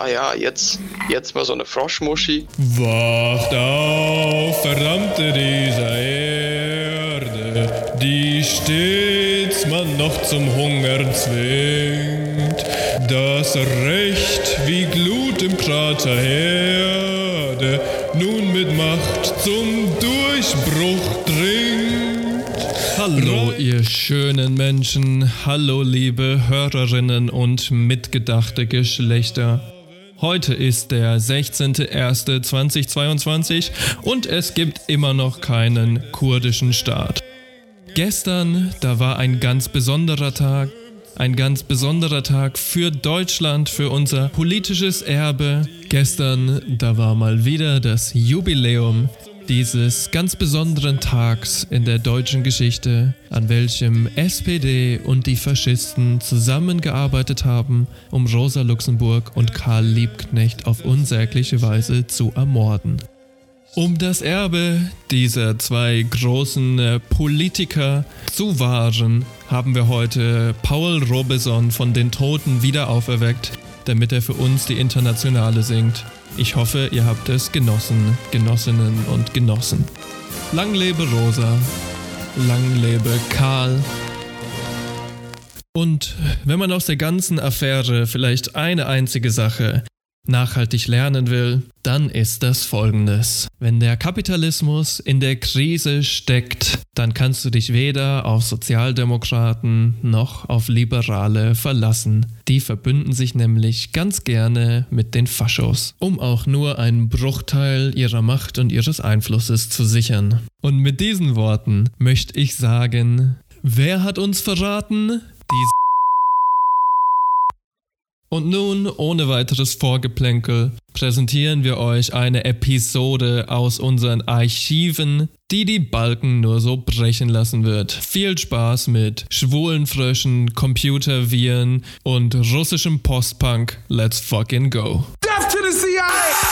ja, jetzt mal so eine Froschmuschi. Wacht auf, Verdammte dieser Erde, die stets man noch zum Hungern zwingt. Das Recht wie Glut im Krater Herde nun mit Macht zum Durchbruch dringt. Hallo ihr schönen Menschen, hallo liebe Hörerinnen und mitgedachte Geschlechter. Heute ist der 16.01.2022 und es gibt immer noch keinen kurdischen Staat. Gestern, da war ein ganz besonderer Tag. Ein ganz besonderer Tag für Deutschland, für unser politisches Erbe. Gestern, da war mal wieder das Jubiläum dieses ganz besonderen Tags in der deutschen Geschichte, an welchem SPD und die Faschisten zusammengearbeitet haben, um Rosa Luxemburg und Karl Liebknecht auf unsägliche Weise zu ermorden. Um das Erbe dieser zwei großen Politiker zu wahren, haben wir heute Paul Robeson von den Toten wieder auferweckt, damit er für uns die Internationale singt. Ich hoffe, ihr habt es genossen, Genossinnen und Genossen. Lang lebe Rosa, lang lebe Karl. Und wenn man aus der ganzen Affäre vielleicht eine einzige Sache nachhaltig lernen will, dann ist das Folgendes. Wenn der Kapitalismus in der Krise steckt, dann kannst du dich weder auf Sozialdemokraten noch auf Liberale verlassen. Die verbünden sich nämlich ganz gerne mit den Faschos, um auch nur einen Bruchteil ihrer Macht und ihres Einflusses zu sichern. Und mit diesen Worten möchte ich sagen, wer hat uns verraten? Die Und nun, ohne weiteres Vorgeplänkel, präsentieren wir euch eine Episode aus unseren Archiven, die die Balken nur so brechen lassen wird. Viel Spaß mit schwulen Fröschen, Computerviren und russischem Postpunk. Let's fucking go. Death to the CIA!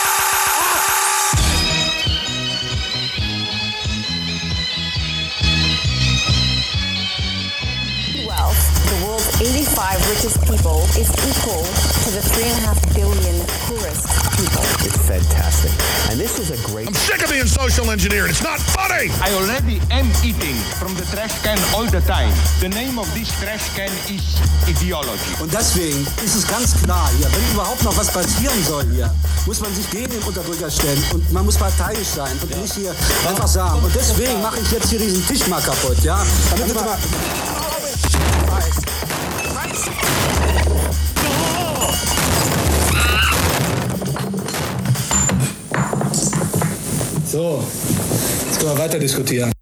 The world's 85 richest people is equal to the 3.5 billion poorest people. It's fantastic. And this is a great... I'm sick of being social engineered. It's not funny! I already am eating from the trash can all the time. The name of this trash can is ideology. Und deswegen ist es ganz klar hier, wenn überhaupt noch was passieren soll hier, muss man sich gegen den Unterdrücker stellen und man muss parteiisch sein und nicht hier einfach sagen. Und deswegen mache ich jetzt hier diesen Tisch mal kaputt, ja? Damit wir mal... So, jetzt können wir weiter diskutieren.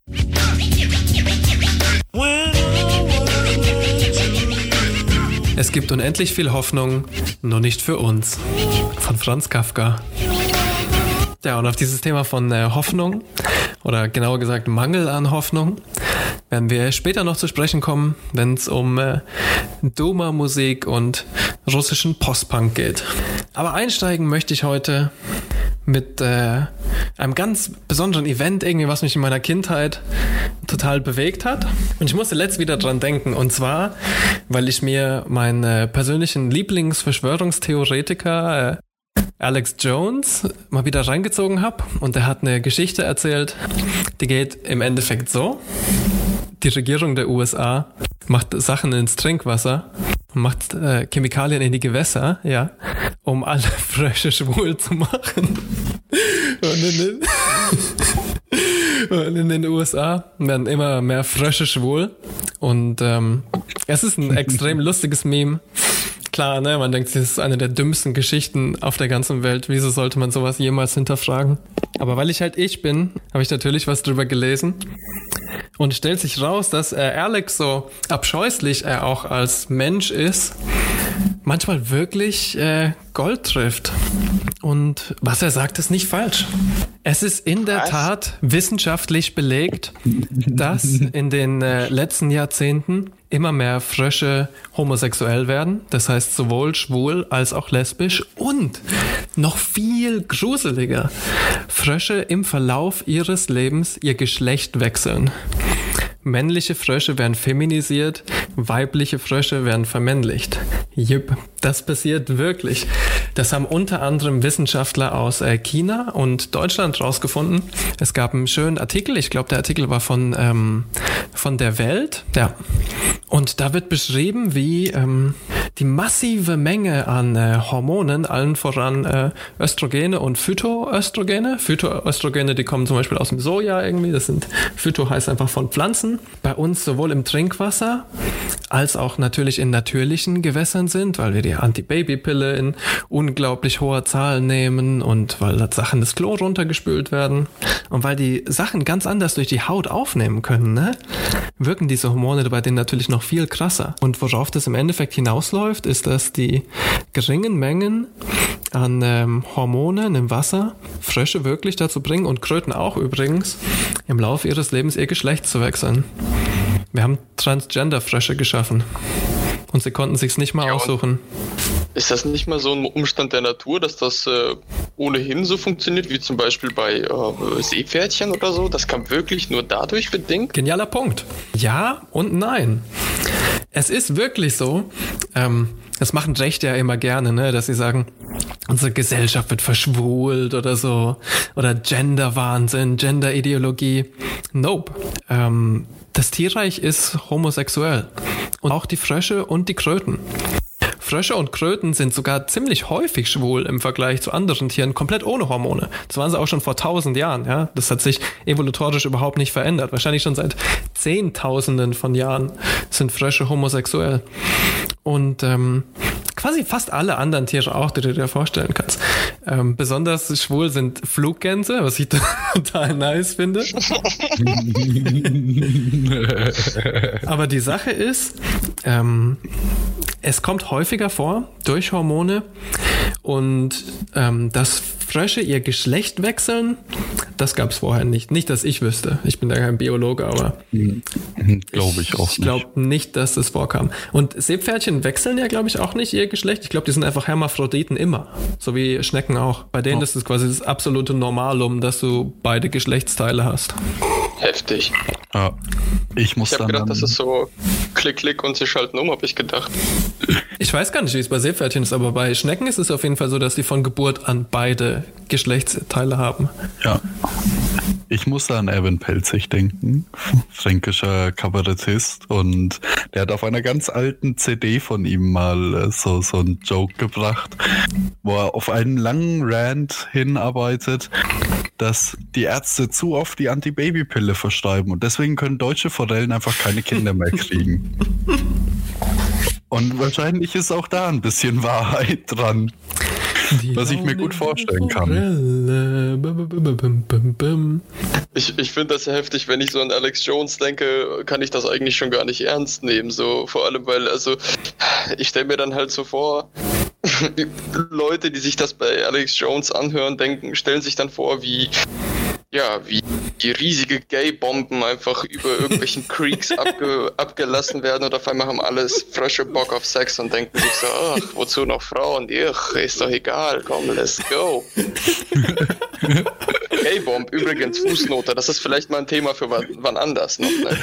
Es gibt unendlich viel Hoffnung, nur nicht für uns. Von Franz Kafka. Ja, und auf dieses Thema von Hoffnung, oder genauer gesagt Mangel an Hoffnung, werden wir später noch zu sprechen kommen, wenn es um Duma-Musik und russischen Postpunk geht. Aber einsteigen möchte ich heute mit einem ganz besonderen Event, irgendwie, was mich in meiner Kindheit total bewegt hat. Und ich musste letzt wieder dran denken. Und zwar, weil ich mir meinen persönlichen Lieblingsverschwörungstheoretiker Alex Jones mal wieder reingezogen habe. Und er hat eine Geschichte erzählt, die geht im Endeffekt so. Die Regierung der USA macht Sachen ins Trinkwasser und macht Chemikalien in die Gewässer, ja, um alle Frösche schwul zu machen. Und in den USA werden immer mehr Frösche schwul. Und es ist ein extrem lustiges Meme. Klar, ne, man denkt, das ist eine der dümmsten Geschichten auf der ganzen Welt. Wieso sollte man sowas jemals hinterfragen? Aber weil ich halt ich bin, habe ich natürlich was drüber gelesen. Und stellt sich raus, dass Alex, so abscheußlich er auch als Mensch ist, manchmal wirklich Gold trifft. Und was er sagt, ist nicht falsch. Es ist in der Tat wissenschaftlich belegt, dass in den letzten Jahrzehnten immer mehr Frösche homosexuell werden. Das heißt sowohl schwul als auch lesbisch. Und noch viel gruseliger, Frösche im Verlauf ihres Lebens ihr Geschlecht wechseln. Männliche Frösche werden feminisiert, weibliche Frösche werden vermännlicht. Jupp, das passiert wirklich. Das haben unter anderem Wissenschaftler aus China und Deutschland rausgefunden. Es gab einen schönen Artikel, ich glaube, der Artikel war von der Welt, ja. Und da wird beschrieben, wie die massive Menge an Hormonen, allen voran Östrogene und Phytoöstrogene. Phytoöstrogene, die kommen zum Beispiel aus dem Soja irgendwie. Phyto heißt einfach von Pflanzen. Bei uns sowohl im Trinkwasser als auch natürlich in natürlichen Gewässern sind, weil wir die Antibabypille in unglaublich hoher Zahl nehmen und weil Sachen das Klo runtergespült werden und weil die Sachen ganz anders durch die Haut aufnehmen können, ne? Wirken diese Hormone bei denen natürlich noch viel krasser. Und worauf das im Endeffekt hinausläuft, ist, dass die geringen Mengen an Hormonen im Wasser Frösche wirklich dazu bringen und Kröten auch übrigens, im Laufe ihres Lebens ihr Geschlecht zu wechseln. Wir haben Transgender-Frösche geschaffen und sie konnten sich's nicht mal aussuchen. Ist das nicht mal so ein Umstand der Natur, dass das ohnehin so funktioniert, wie zum Beispiel bei Seepferdchen oder so? Das kam wirklich nur dadurch bedingt? Genialer Punkt. Ja und nein. Es ist wirklich so, das machen Rechte ja immer gerne, ne, dass sie sagen, unsere Gesellschaft wird verschwult oder so. Oder Gender-Wahnsinn, Gender-Ideologie. Nope. Das Tierreich ist homosexuell. Und auch die Frösche und die Kröten. Frösche und Kröten sind sogar ziemlich häufig schwul im Vergleich zu anderen Tieren, komplett ohne Hormone. Das waren sie auch schon vor 1000 Jahren. Ja? Das hat sich evolutorisch überhaupt nicht verändert. Wahrscheinlich schon seit Zehntausenden von Jahren sind Frösche homosexuell. Und quasi fast alle anderen Tiere auch, die du dir vorstellen kannst. Besonders schwul sind Fluggänse, was ich total nice finde. Aber die Sache ist, es kommt häufiger vor durch Hormone und dass Frösche ihr Geschlecht wechseln, das gab es vorher nicht. Nicht, dass ich wüsste. Ich bin da kein Biologe, aber glaube ich auch nicht. Ich glaube nicht, dass das vorkam. Und Seepferdchen wechseln ja, glaube ich, auch nicht ihr Geschlecht. Ich glaube, die sind einfach Hermaphroditen immer. So wie Schnecken auch. Bei denen ist es quasi das absolute Normalum, dass du beide Geschlechtsteile hast. Heftig. Ja. Ich habe gedacht, das ist so Klick, Klick und sie schalten um, habe ich gedacht. Ich weiß gar nicht, wie es bei Seepferdchen ist, aber bei Schnecken ist es auf jeden Fall so, dass die von Geburt an beide Geschlechtsteile haben. Ja. Ich muss an Erwin Pelzig denken, fränkischer Kabarettist, und der hat auf einer ganz alten CD von ihm mal so einen Joke gebracht, wo er auf einen langen Rant hinarbeitet, dass die Ärzte zu oft die Antibabypille verschreiben und deswegen können deutsche Forellen einfach keine Kinder mehr kriegen. Und wahrscheinlich ist auch da ein bisschen Wahrheit dran. Was ich mir gut vorstellen kann. Ich finde das ja heftig, wenn ich so an Alex Jones denke, kann ich das eigentlich schon gar nicht ernst nehmen. So, vor allem, weil, also, ich stelle mir dann halt so vor, Leute, die sich das bei Alex Jones anhören, stellen sich dann vor, wie die riesige Gay-Bomben einfach über irgendwelchen Creeks abgelassen werden und auf einmal haben alles Frösche Bock auf Sex und denken sich so, ach, wozu noch Frauen? Ist doch egal, komm, let's go. Gay-Bomb, übrigens, Fußnote, das ist vielleicht mal ein Thema für wann anders noch, ne?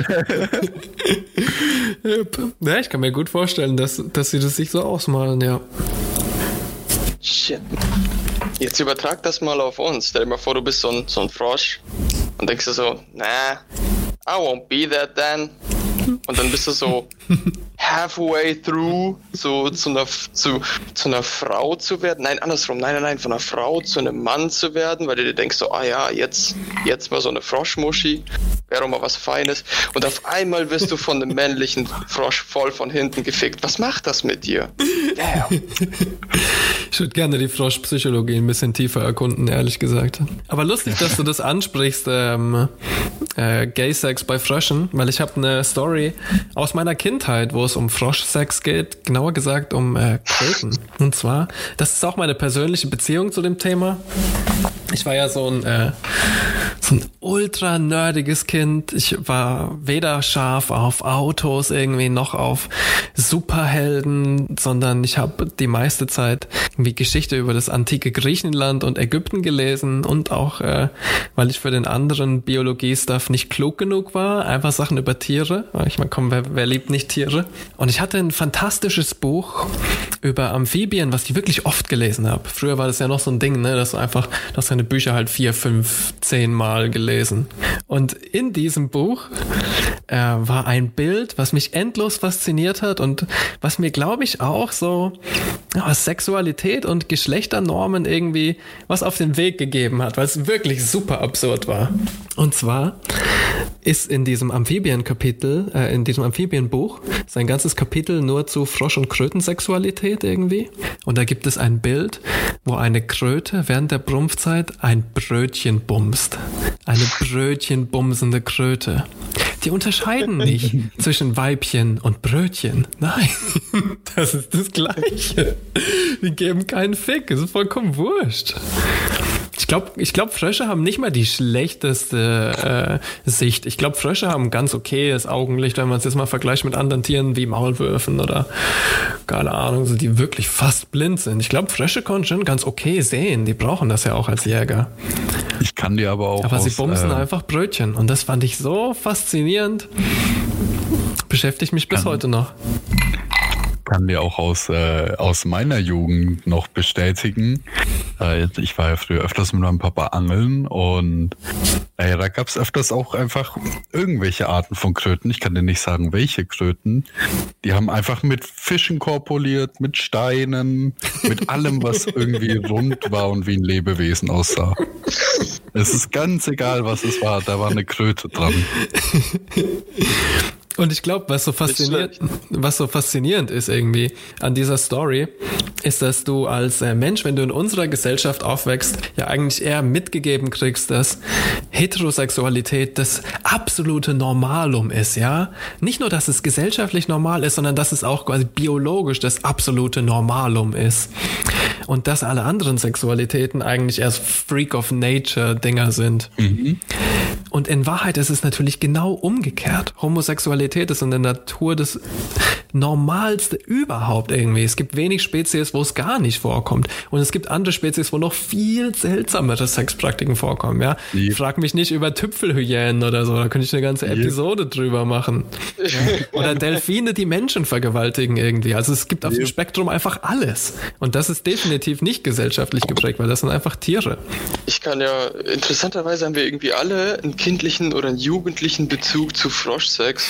Ja, ich kann mir gut vorstellen, dass sie das sich so ausmalen, ja. Shit. Jetzt übertrag das mal auf uns. Stell dir mal vor, du bist so ein Frosch und denkst du so, nah, I won't be that then. Und dann bist du so halfway through, so zu einer Frau zu werden. Nein, andersrum. Nein, von einer Frau zu einem Mann zu werden, weil du dir denkst so, jetzt mal so eine Froschmuschi, wäre doch mal was Feines. Und auf einmal wirst du von einem männlichen Frosch voll von hinten gefickt. Was macht das mit dir? Damn. Ich würde gerne die Froschpsychologie ein bisschen tiefer erkunden, ehrlich gesagt. Aber lustig, dass du das ansprichst, Gay-Sex bei Fröschen, weil ich habe eine Story aus meiner Kindheit, wo es um Froschsex geht, genauer gesagt um Kröten. Und zwar, das ist auch meine persönliche Beziehung zu dem Thema. Ich war ja so ein so ein ultra nerdiges Kind. Ich war weder scharf auf Autos irgendwie noch auf Superhelden, sondern ich habe die meiste Zeit irgendwie Geschichte über das antike Griechenland und Ägypten gelesen und auch, weil ich für den anderen Biologie-Stuff nicht klug genug war, einfach Sachen über Tiere. Ich meine, komm, wer liebt nicht Tiere? Und ich hatte ein fantastisches Buch über Amphibien, was ich wirklich oft gelesen habe. Früher war das ja noch so ein Ding, ne, dass du einfach, dass deine Bücher halt 4, 5, 10 Mal gelesen. Und in diesem Buch war ein Bild, was mich endlos fasziniert hat und was mir, glaube ich, auch so Sexualität und Geschlechternormen irgendwie was auf den Weg gegeben hat, weil es wirklich super absurd war. Und zwar ist in diesem Amphibienkapitel, in diesem Amphibienbuch, sein ganzes Kapitel nur zu Frosch- und Krötensexualität irgendwie. Und da gibt es ein Bild, wo eine Kröte während der Brumpfzeit ein Brötchen bumst. Eine brötchenbumsende Kröte. Die unterscheiden nicht zwischen Weibchen und Brötchen. Nein, das ist das Gleiche. Die geben keinen Fick, das ist vollkommen wurscht. Ich glaube, Frösche haben nicht mal die schlechteste Sicht. Ich glaube, Frösche haben ganz okayes Augenlicht, wenn man es jetzt mal vergleicht mit anderen Tieren wie Maulwürfen oder, keine Ahnung, so die wirklich fast blind sind. Ich glaube, Frösche können schon ganz okay sehen. Die brauchen das ja auch als Jäger. Ich kann dir aber auch. Aber sie bumsen einfach Brötchen. Und das fand ich so faszinierend. Beschäftigt mich bis heute noch. Kann dir auch aus meiner Jugend noch bestätigen. Ich war ja früher öfters mit meinem Papa angeln und da gab es öfters auch einfach irgendwelche Arten von Kröten. Ich kann dir nicht sagen, welche Kröten. Die haben einfach mit Fischen korpuliert, mit Steinen, mit allem, was irgendwie rund war und wie ein Lebewesen aussah. Es ist ganz egal, was es war. Da war eine Kröte dran. Und ich glaube, was so faszinierend ist irgendwie an dieser Story, ist, dass du als Mensch, wenn du in unserer Gesellschaft aufwächst, ja eigentlich eher mitgegeben kriegst, dass Heterosexualität das absolute Normalum ist, ja? Nicht nur, dass es gesellschaftlich normal ist, sondern dass es auch quasi biologisch das absolute Normalum ist. Und dass alle anderen Sexualitäten eigentlich erst Freak-of-Nature-Dinger sind. Mhm. Und in Wahrheit ist es natürlich genau umgekehrt. Homosexualität ist in der Natur das Normalste überhaupt irgendwie. Es gibt wenig Spezies, wo es gar nicht vorkommt. Und es gibt andere Spezies, wo noch viel seltsamere Sexpraktiken vorkommen. Ja? Yep. Frag mich nicht über Tüpfelhyänen oder so. Da könnte ich eine ganze Episode drüber machen. Ja? Oder Delfine, die Menschen vergewaltigen irgendwie. Also es gibt auf dem Spektrum einfach alles. Und das ist definitiv nicht gesellschaftlich geprägt, weil das sind einfach Tiere. Ich kann ja, interessanterweise haben wir irgendwie alle einen kindlichen oder einen jugendlichen Bezug zu Froschsex.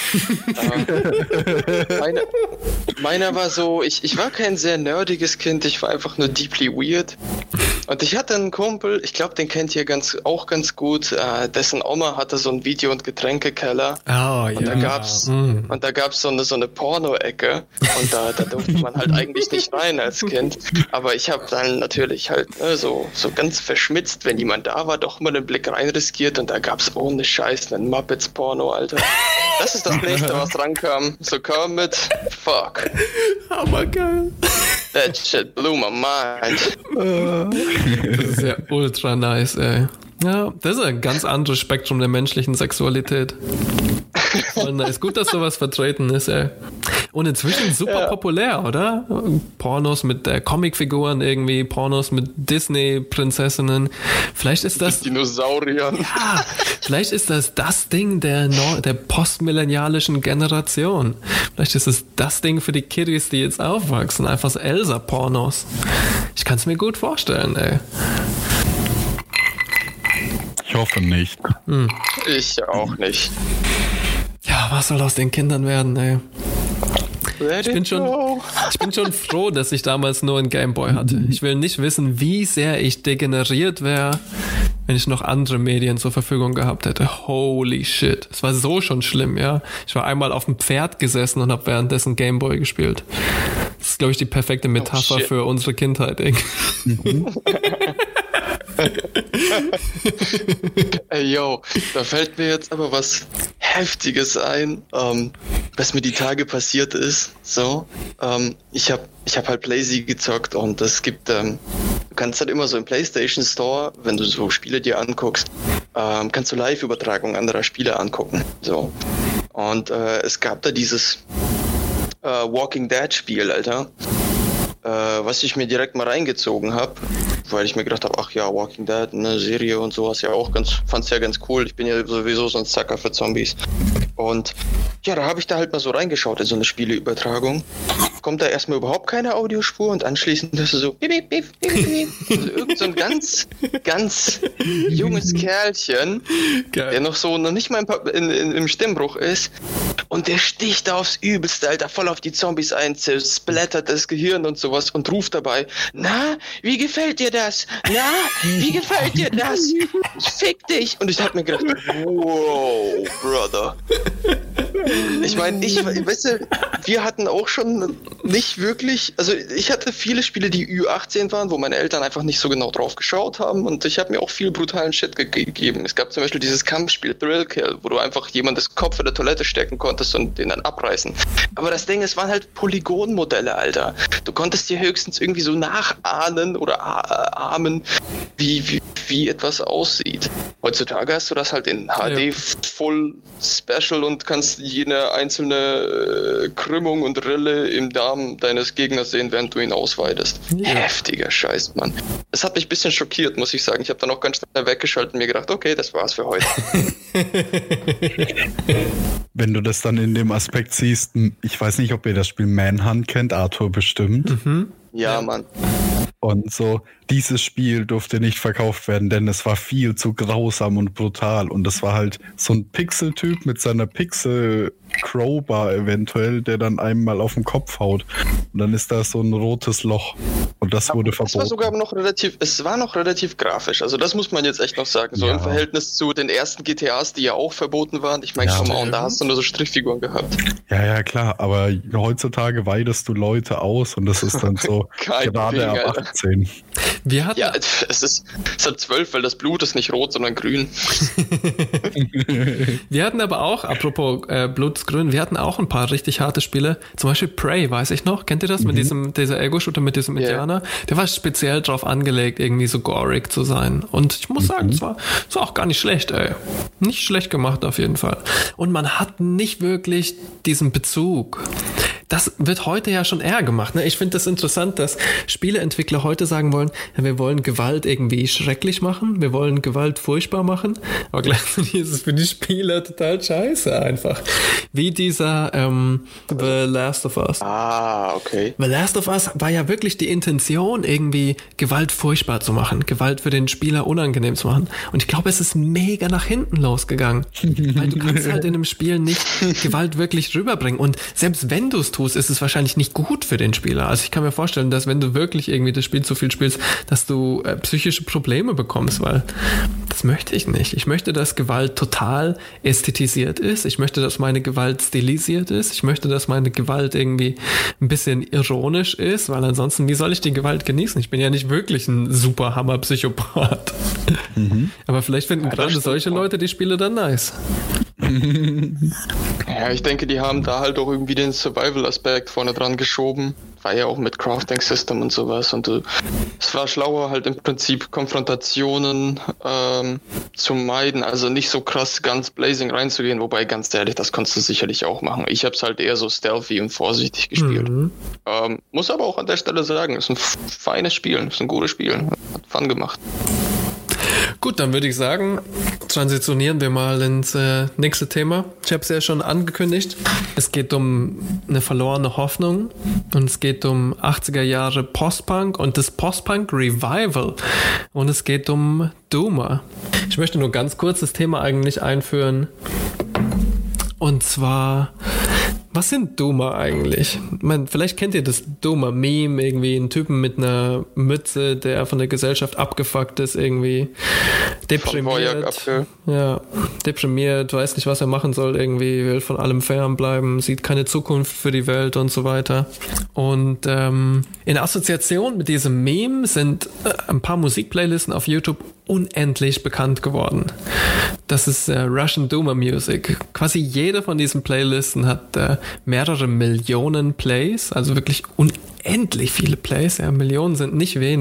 Meiner war so, ich war kein sehr nerdiges Kind, ich war einfach nur deeply weird. Und ich hatte einen Kumpel, ich glaube, den kennt ihr auch ganz gut, dessen Oma hatte so einen Video- und Getränkekeller. Oh, und ja. Da gab's so eine Porno-Ecke und da durfte man halt eigentlich nicht rein als Kind. Aber ich habe dann natürlich halt so ganz verschmitzt, wenn jemand da war, doch mal einen Blick rein riskiert und da gab's ohne Scheiß einen Muppets-Porno, Alter. Das ist das nächste, was rankam. So Kermit, fuck. Hammergeil. That shit blew my mind. Das ist ja ultra nice, ey. Ja, das ist ein ganz anderes Spektrum der menschlichen Sexualität. Und ist gut, dass sowas vertreten ist, ey. Und inzwischen super populär, oder? Pornos mit Comicfiguren irgendwie, Pornos mit Disney-Prinzessinnen. Vielleicht ist das... Dinosauriern. Ja, vielleicht ist das Ding der postmillennialischen Generation. Vielleicht ist es das Ding für die Kiddies, die jetzt aufwachsen. Einfach so Elsa-Pornos. Ich kann es mir gut vorstellen, ey. Ich hoffe nicht. Ich auch nicht. Ja, was soll aus den Kindern werden, ey? Ich bin schon froh, dass ich damals nur einen Gameboy hatte. Ich will nicht wissen, wie sehr ich degeneriert wäre, wenn ich noch andere Medien zur Verfügung gehabt hätte. Holy shit. Es war so schon schlimm, ja. Ich war einmal auf dem Pferd gesessen und habe währenddessen Gameboy gespielt. Das ist, glaube ich, die perfekte Metapher für unsere Kindheit, ey. Ey, yo, da fällt mir jetzt aber was Heftiges ein, was mir die Tage passiert ist. So, ich hab halt Blazy gezockt und es gibt kannst halt immer so im PlayStation Store, wenn du so Spiele dir anguckst, kannst du Live-Übertragungen anderer Spiele angucken. So. Und es gab da dieses Walking Dead Spiel, Alter, was ich mir direkt mal reingezogen habe, weil ich mir gedacht habe, ach ja, Walking Dead, eine Serie und sowas, ja auch fand's ja ganz cool. Ich bin ja sowieso so ein Sucker für Zombies. Und ja, da habe ich da halt mal so reingeschaut in so eine Spieleübertragung. Kommt da erstmal überhaupt keine Audiospur und anschließend ist es so piep, piep, piep, piep, piep. Also irgend so ein ganz junges Kerlchen, Geil. der noch nicht mal im Stimmbruch ist und der sticht da aufs Übelste, Alter, voll auf die Zombies ein, splattert das Gehirn und sowas und ruft dabei, na, wie gefällt dir das? Na, wie gefällt dir das? Fick dich! Und ich hab mir gedacht, wow, Brother. Ich meine, weißt du, wir hatten auch schon nicht wirklich, also ich hatte viele Spiele, die Ü18 waren, wo meine Eltern einfach nicht so genau drauf geschaut haben und ich habe mir auch viel brutalen Shit gegeben. Es gab zum Beispiel dieses Kampfspiel Thrill Kill, wo du einfach jemandes Kopf in der Toilette stecken konntest und den dann abreißen. Aber das Ding, es waren halt Polygonmodelle, Alter. Du konntest dir höchstens irgendwie so nachahnen oder ahmen, wie etwas aussieht. Heutzutage hast du das halt in HD Full Special und kannst jede einzelne Krümmung und Rille im Darm deines Gegners sehen, während du ihn ausweitest. Ja. Heftiger Scheiß, Mann. Das hat mich ein bisschen schockiert, muss ich sagen. Ich habe dann auch ganz schnell weggeschaltet und mir gedacht, okay, das war's für heute. Wenn du das dann in dem Aspekt siehst, ich weiß nicht, ob ihr das Spiel Manhunt kennt, Arthur bestimmt. Mhm. Ja, Mann. Und so, dieses Spiel durfte nicht verkauft werden, denn es war viel zu grausam und brutal. Und das war halt so ein Pixel-Typ mit seiner Pixel-Crowbar eventuell, der dann einmal auf den Kopf haut. Und dann ist da so ein rotes Loch. Und das wurde verboten. Es war noch relativ grafisch. Also das muss man jetzt echt noch sagen. So im Verhältnis zu den ersten GTAs, die ja auch verboten waren. Ich meine, komm mal, da hast du nur so Strichfiguren gehabt. Ja, klar. Aber heutzutage weidest du Leute aus und das ist dann so gerade ab 18. Ja, es ist halt 12, weil das Blut ist nicht rot, sondern grün. Wir hatten aber auch, apropos Blut ist grün, wir hatten auch ein paar richtig harte Spiele. Zum Beispiel Prey, weiß ich noch. Kennt ihr das? Mit dieser Ego-Shooter, mit diesem Indianer? Der war speziell drauf angelegt, irgendwie so gorig zu sein. Und ich muss sagen, es war auch gar nicht schlecht, ey. Nicht schlecht gemacht auf jeden Fall. Und man hat nicht wirklich diesen Bezug. Das wird heute ja schon eher gemacht. Ne? Ich finde das interessant, dass Spieleentwickler heute sagen wollen, ja, wir wollen Gewalt irgendwie schrecklich machen, wir wollen Gewalt furchtbar machen, aber gleichzeitig ist es für die Spieler total scheiße einfach. Wie dieser The Last of Us. Ah, okay. The Last of Us war ja wirklich die Intention, irgendwie Gewalt furchtbar zu machen, Gewalt für den Spieler unangenehm zu machen. Und ich glaube, es ist mega nach hinten losgegangen, weil du kannst halt in einem Spiel nicht Gewalt wirklich rüberbringen. Und selbst wenn du es tust, ist es wahrscheinlich nicht gut für den Spieler. Also ich kann mir vorstellen, dass wenn du wirklich irgendwie das Spiel zu viel spielst, dass du psychische Probleme bekommst, weil das möchte ich nicht. Ich möchte, dass Gewalt total ästhetisiert ist. Ich möchte, dass meine Gewalt stilisiert ist. Ich möchte, dass meine Gewalt irgendwie ein bisschen ironisch ist, weil ansonsten, wie soll ich die Gewalt genießen? Ich bin ja nicht wirklich ein super Hammer-Psychopath. Aber vielleicht finden gerade solche Leute die Spiele dann nice. Ja, ich denke, die haben da halt auch irgendwie den Survival-Aspekt vorne dran geschoben. War ja auch mit Crafting System und sowas. Und es war schlauer, halt im Prinzip Konfrontationen zu meiden. Also nicht so krass ganz blazing reinzugehen. Wobei, ganz ehrlich, das konntest du sicherlich auch machen. Ich hab's halt eher so stealthy und vorsichtig gespielt. Muss aber auch an der Stelle sagen, ist ein feines Spiel. Ist ein gutes Spiel. Hat Fun gemacht. Gut, dann würde ich sagen, transitionieren wir mal ins nächste Thema. Ich habe es ja schon angekündigt. Es geht um eine verlorene Hoffnung und es geht um 80er Jahre Post-Punk und das Post-Punk-Revival und es geht um Doomer. Ich möchte nur ganz kurz das Thema eigentlich einführen und zwar... Was sind Doomer eigentlich? Ich meine, vielleicht kennt ihr das Doomer-Meme, irgendwie einen Typen mit einer Mütze, der von der Gesellschaft abgefuckt ist, irgendwie deprimiert. Ja, deprimiert, weiß nicht, was er machen soll, irgendwie will von allem fernbleiben, sieht keine Zukunft für die Welt und so weiter. Und in Assoziation mit diesem Meme sind ein paar Musikplaylisten auf YouTube unendlich bekannt geworden. Das ist Russian Doomer Music. Quasi jede von diesen Playlisten hat mehrere Millionen Plays, also wirklich unendlich viele Plays. Ja, Millionen sind nicht wenig.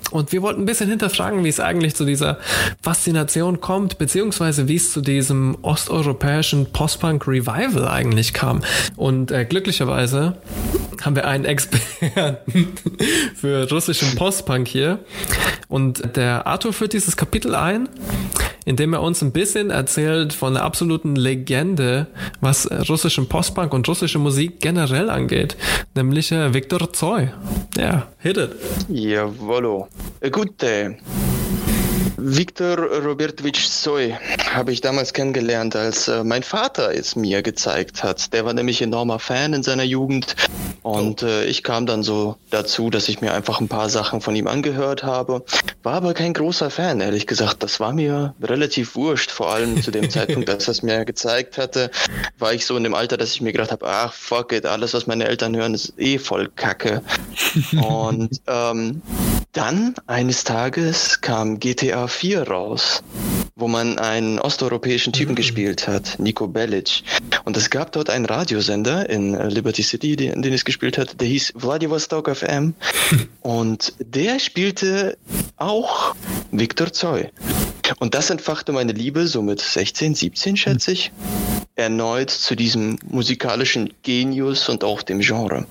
Und wir wollten ein bisschen hinterfragen, wie es eigentlich zu dieser Faszination kommt, beziehungsweise wie es zu diesem osteuropäischen Post-Punk-Revival eigentlich kam. Und glücklicherweise haben wir einen Experten für russischen Post-Punk hier. Und der Arthur führt dieses Kapitel ein, indem er uns ein bisschen erzählt von der absoluten Legende, was russischen Post-Punk und russische Musik generell angeht, nämlich Viktor Tsoi. Ja, hit it. Jawollo. Gut, Viktor Robertovich Tsoi habe ich damals kennengelernt, als mein Vater es mir gezeigt hat. Der war nämlich enormer Fan in seiner Jugend und ich kam dann so dazu, dass ich mir einfach ein paar Sachen von ihm angehört habe. War aber kein großer Fan, ehrlich gesagt. Das war mir relativ wurscht, vor allem zu dem Zeitpunkt, als er es mir gezeigt hatte, war ich so in dem Alter, dass ich mir gedacht habe, ach fuck it, alles, was meine Eltern hören, ist eh voll Kacke. Und dann eines Tages kam GTA 4 raus, wo man einen osteuropäischen Typen gespielt hat, Niko Bellic. Und es gab dort einen Radiosender in Liberty City, in den es gespielt hat, der hieß Vladivostok FM. Und der spielte auch Viktor Tsoi. Und das entfachte meine Liebe, so mit 16, 17 schätze ich, erneut zu diesem musikalischen Genius und auch dem Genre.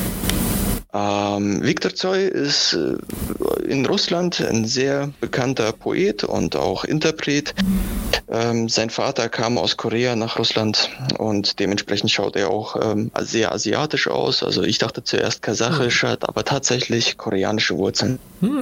Viktor Tsoi ist in Russland ein sehr bekannter Poet und auch Interpret. Sein Vater kam aus Korea nach Russland und dementsprechend schaut er auch sehr asiatisch aus. Also ich dachte zuerst kasachisch, hat aber tatsächlich koreanische Wurzeln.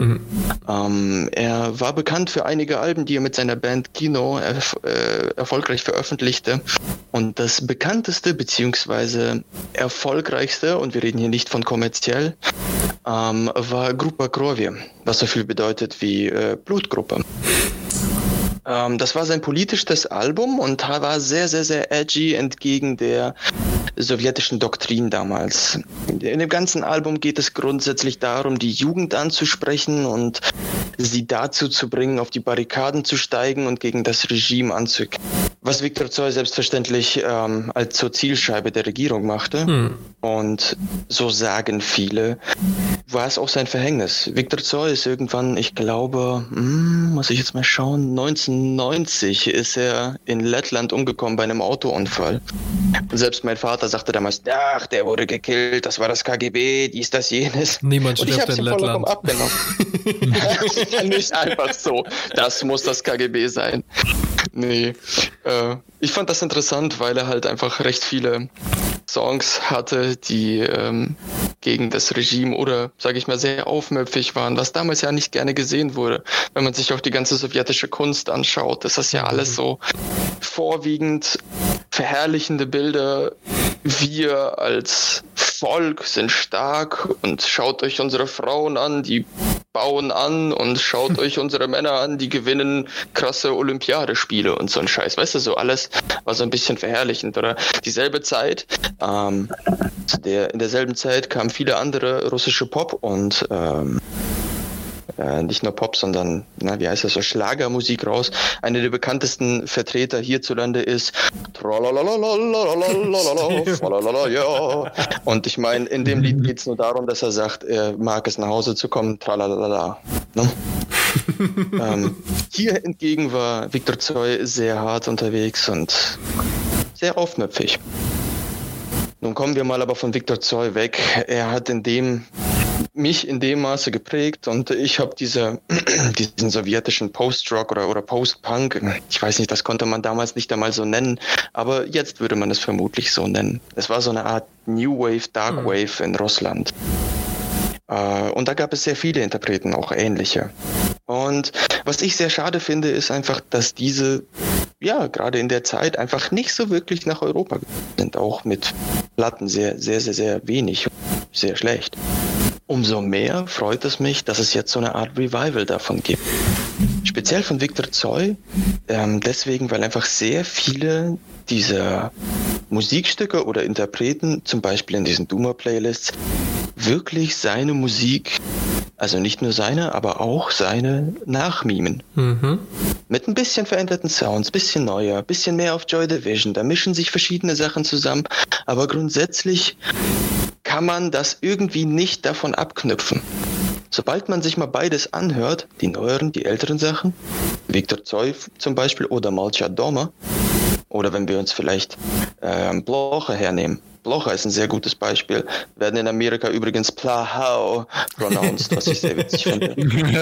Er war bekannt für einige Alben, die er mit seiner Band Kino erfolgreich veröffentlichte. Und das bekannteste bzw. erfolgreichste, und wir reden hier nicht von kommerziell, war Grupa Krovi, was so viel bedeutet wie Blutgruppe. Das war sein politisches Album und war sehr, sehr, sehr edgy entgegen der sowjetischen Doktrin damals. In dem ganzen Album geht es grundsätzlich darum, die Jugend anzusprechen und sie dazu zu bringen, auf die Barrikaden zu steigen und gegen das Regime anzukämpfen. Was Viktor Tsoi selbstverständlich als zur Zielscheibe der Regierung machte. Und so sagen viele, war es auch sein Verhängnis. Viktor Tsoi ist irgendwann, ich glaube, muss ich jetzt mal schauen, 1990 ist er in Lettland umgekommen bei einem Autounfall. Und selbst mein Vater sagte damals, ach, der wurde gekillt, das war das KGB, dies, das, jenes. Niemand stirbt in Lettland. Abgenommen. Nicht einfach so, das muss das KGB sein. Nee, ich fand das interessant, weil er halt einfach recht viele Songs hatte, die gegen das Regime oder, sage ich mal, sehr aufmüpfig waren, was damals ja nicht gerne gesehen wurde. Wenn man sich auch die ganze sowjetische Kunst anschaut, ist das ja alles so vorwiegend verherrlichende Bilder. Wir als Volk sind stark und schaut euch unsere Frauen an, die bauen an, und schaut euch unsere Männer an, die gewinnen krasse Olympiadespiele und so ein Scheiß. Weißt du, so alles war so ein bisschen verherrlichend. Oder dieselbe Zeit, in derselben Zeit kamen viele andere russische Pop und nicht nur Pop, sondern, wie heißt das, so Schlagermusik raus. Einer der bekanntesten Vertreter hierzulande ist und ich meine, in dem Lied geht es nur darum, dass er sagt, er mag es, nach Hause zu kommen, tralalala. Ne? Hier hingegen war Viktor Tsoi sehr hart unterwegs und sehr aufmüpfig. Nun kommen wir mal aber von Viktor Tsoi weg. Er hat mich in dem Maße geprägt und ich habe diesen sowjetischen Post-Rock oder Post-Punk, ich weiß nicht, das konnte man damals nicht einmal so nennen, aber jetzt würde man es vermutlich so nennen. Es war so eine Art New Wave, Dark Wave in Russland. Und da gab es sehr viele Interpreten, auch ähnliche. Und was ich sehr schade finde, ist einfach, dass diese, gerade in der Zeit einfach nicht so wirklich nach Europa sind, auch mit Platten sehr, sehr, sehr, sehr wenig, sehr schlecht. Umso mehr freut es mich, dass es jetzt so eine Art Revival davon gibt. Speziell von Viktor Tsoi, deswegen, weil einfach sehr viele dieser Musikstücke oder Interpreten, zum Beispiel in diesen Duma-Playlists, wirklich seine Musik, also nicht nur seine, aber auch seine nachmimen. Mit ein bisschen veränderten Sounds, bisschen neuer, bisschen mehr auf Joy Division, da mischen sich verschiedene Sachen zusammen, aber grundsätzlich kann man das irgendwie nicht davon abknüpfen. sobald man sich mal beides anhört, die neueren, die älteren Sachen, Viktor Tsoi zum Beispiel oder Malcha Doma, oder wenn wir uns vielleicht Blocher hernehmen. Blocher ist ein sehr gutes Beispiel. Werden in Amerika übrigens Plahau pronounced, was ich sehr witzig finde.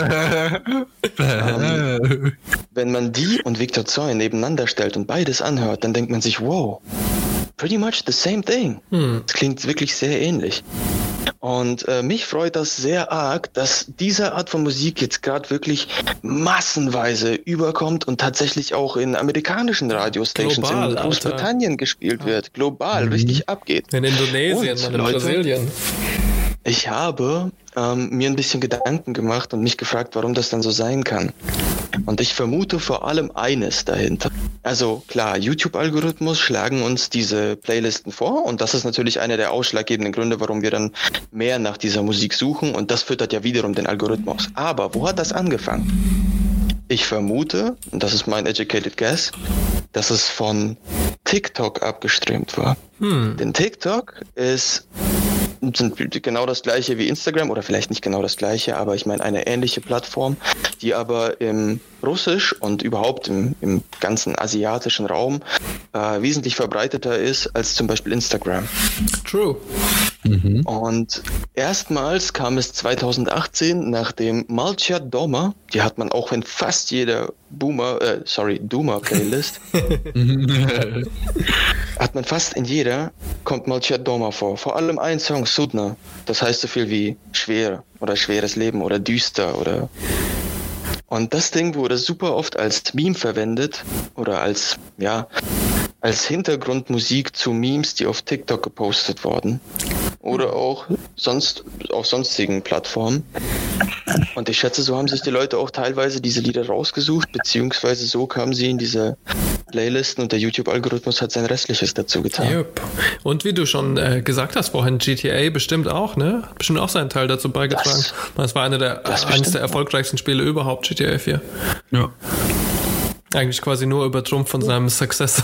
Wenn man die und Viktor Tsoi nebeneinander stellt und beides anhört, dann denkt man sich, wow, pretty much the same thing. Das klingt wirklich sehr ähnlich. Und mich freut das sehr arg, dass diese Art von Musik jetzt gerade wirklich massenweise überkommt und tatsächlich auch in amerikanischen Radiostations Global, in Großbritannien gespielt wird. Global, richtig abgeht. In Indonesien, Und, in Leute, Brasilien. Ich habe mir ein bisschen Gedanken gemacht und mich gefragt, warum das dann so sein kann. Und ich vermute vor allem eines dahinter. Also klar, YouTube-Algorithmus schlagen uns diese Playlisten vor und das ist natürlich einer der ausschlaggebenden Gründe, warum wir dann mehr nach dieser Musik suchen und das füttert ja wiederum den Algorithmus. Aber wo hat das angefangen? Ich vermute, und das ist mein educated guess, dass es von TikTok abgestreamt war. Denn TikTok sind genau das gleiche wie Instagram oder vielleicht nicht genau das gleiche, aber ich meine eine ähnliche Plattform, die aber im Russisch und überhaupt im ganzen asiatischen Raum wesentlich verbreiteter ist als zum Beispiel Instagram. True. Und erstmals kam es 2018 nach dem Malcha Doma, die hat man auch in fast jeder Duma-Playlist, hat man fast in jeder, kommt Malcha Doma vor allem ein Song, Sudna, das heißt so viel wie schwer oder schweres Leben oder düster oder... Und das Ding wurde super oft als Meme verwendet oder als Hintergrundmusik zu Memes, die auf TikTok gepostet wurden oder auch sonst auf sonstigen Plattformen. Und ich schätze, so haben sich die Leute auch teilweise diese Lieder rausgesucht, beziehungsweise so kamen sie in diese Playlisten und der YouTube-Algorithmus hat sein Restliches dazu getan. Yep. Und wie du schon gesagt hast vorhin, GTA bestimmt auch, ne? Hat bestimmt auch seinen Teil dazu beigetragen. Das war eines der erfolgreichsten Spiele überhaupt, GTA 4. Ja. Eigentlich quasi nur übertrumpft von seinem Successor.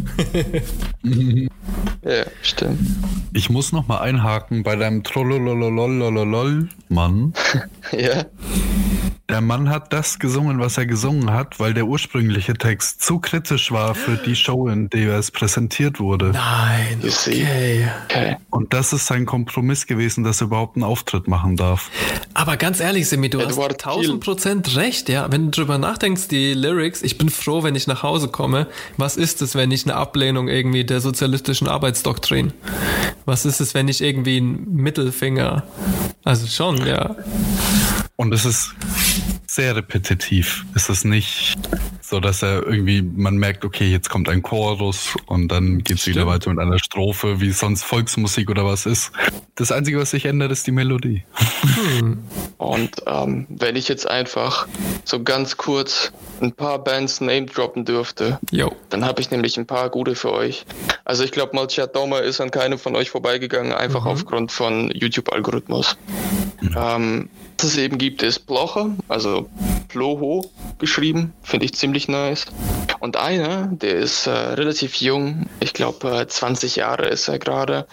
Ja, stimmt. Ich muss noch mal einhaken bei deinem Trollolololololol Mann. Ja. Der Mann hat das gesungen, was er gesungen hat, weil der ursprüngliche Text zu kritisch war für die Show, in der es präsentiert wurde. Nein, okay. Und das ist sein Kompromiss gewesen, dass er überhaupt einen Auftritt machen darf. Aber ganz ehrlich, Simi, du hast 1000% recht, ja. Wenn du drüber nachdenkst, die Lyrics, ich bin froh, wenn ich nach Hause komme. Was ist es, wenn nicht eine Ablehnung irgendwie der sozialistischen Arbeitsdoktrin? Was ist es, wenn nicht irgendwie ein Mittelfinger? Also schon, ja. Und es ist sehr repetitiv. Es ist nicht so, dass er irgendwie, man merkt, okay, jetzt kommt ein Chorus und dann geht's wieder weiter mit einer Strophe, wie sonst Volksmusik oder was ist. Das Einzige, was sich ändert, ist die Melodie. Und wenn ich jetzt einfach so ganz kurz ein paar Bands name droppen dürfte, dann habe ich nämlich ein paar gute für euch. Also ich glaube, Malcha Doma ist an keinem von euch vorbeigegangen, einfach aufgrund von YouTube-Algorithmus. Was es eben gibt, ist Blocher, also Ploho geschrieben, finde ich ziemlich nice. Und einer, der ist relativ jung, ich glaube 20 Jahre ist er gerade.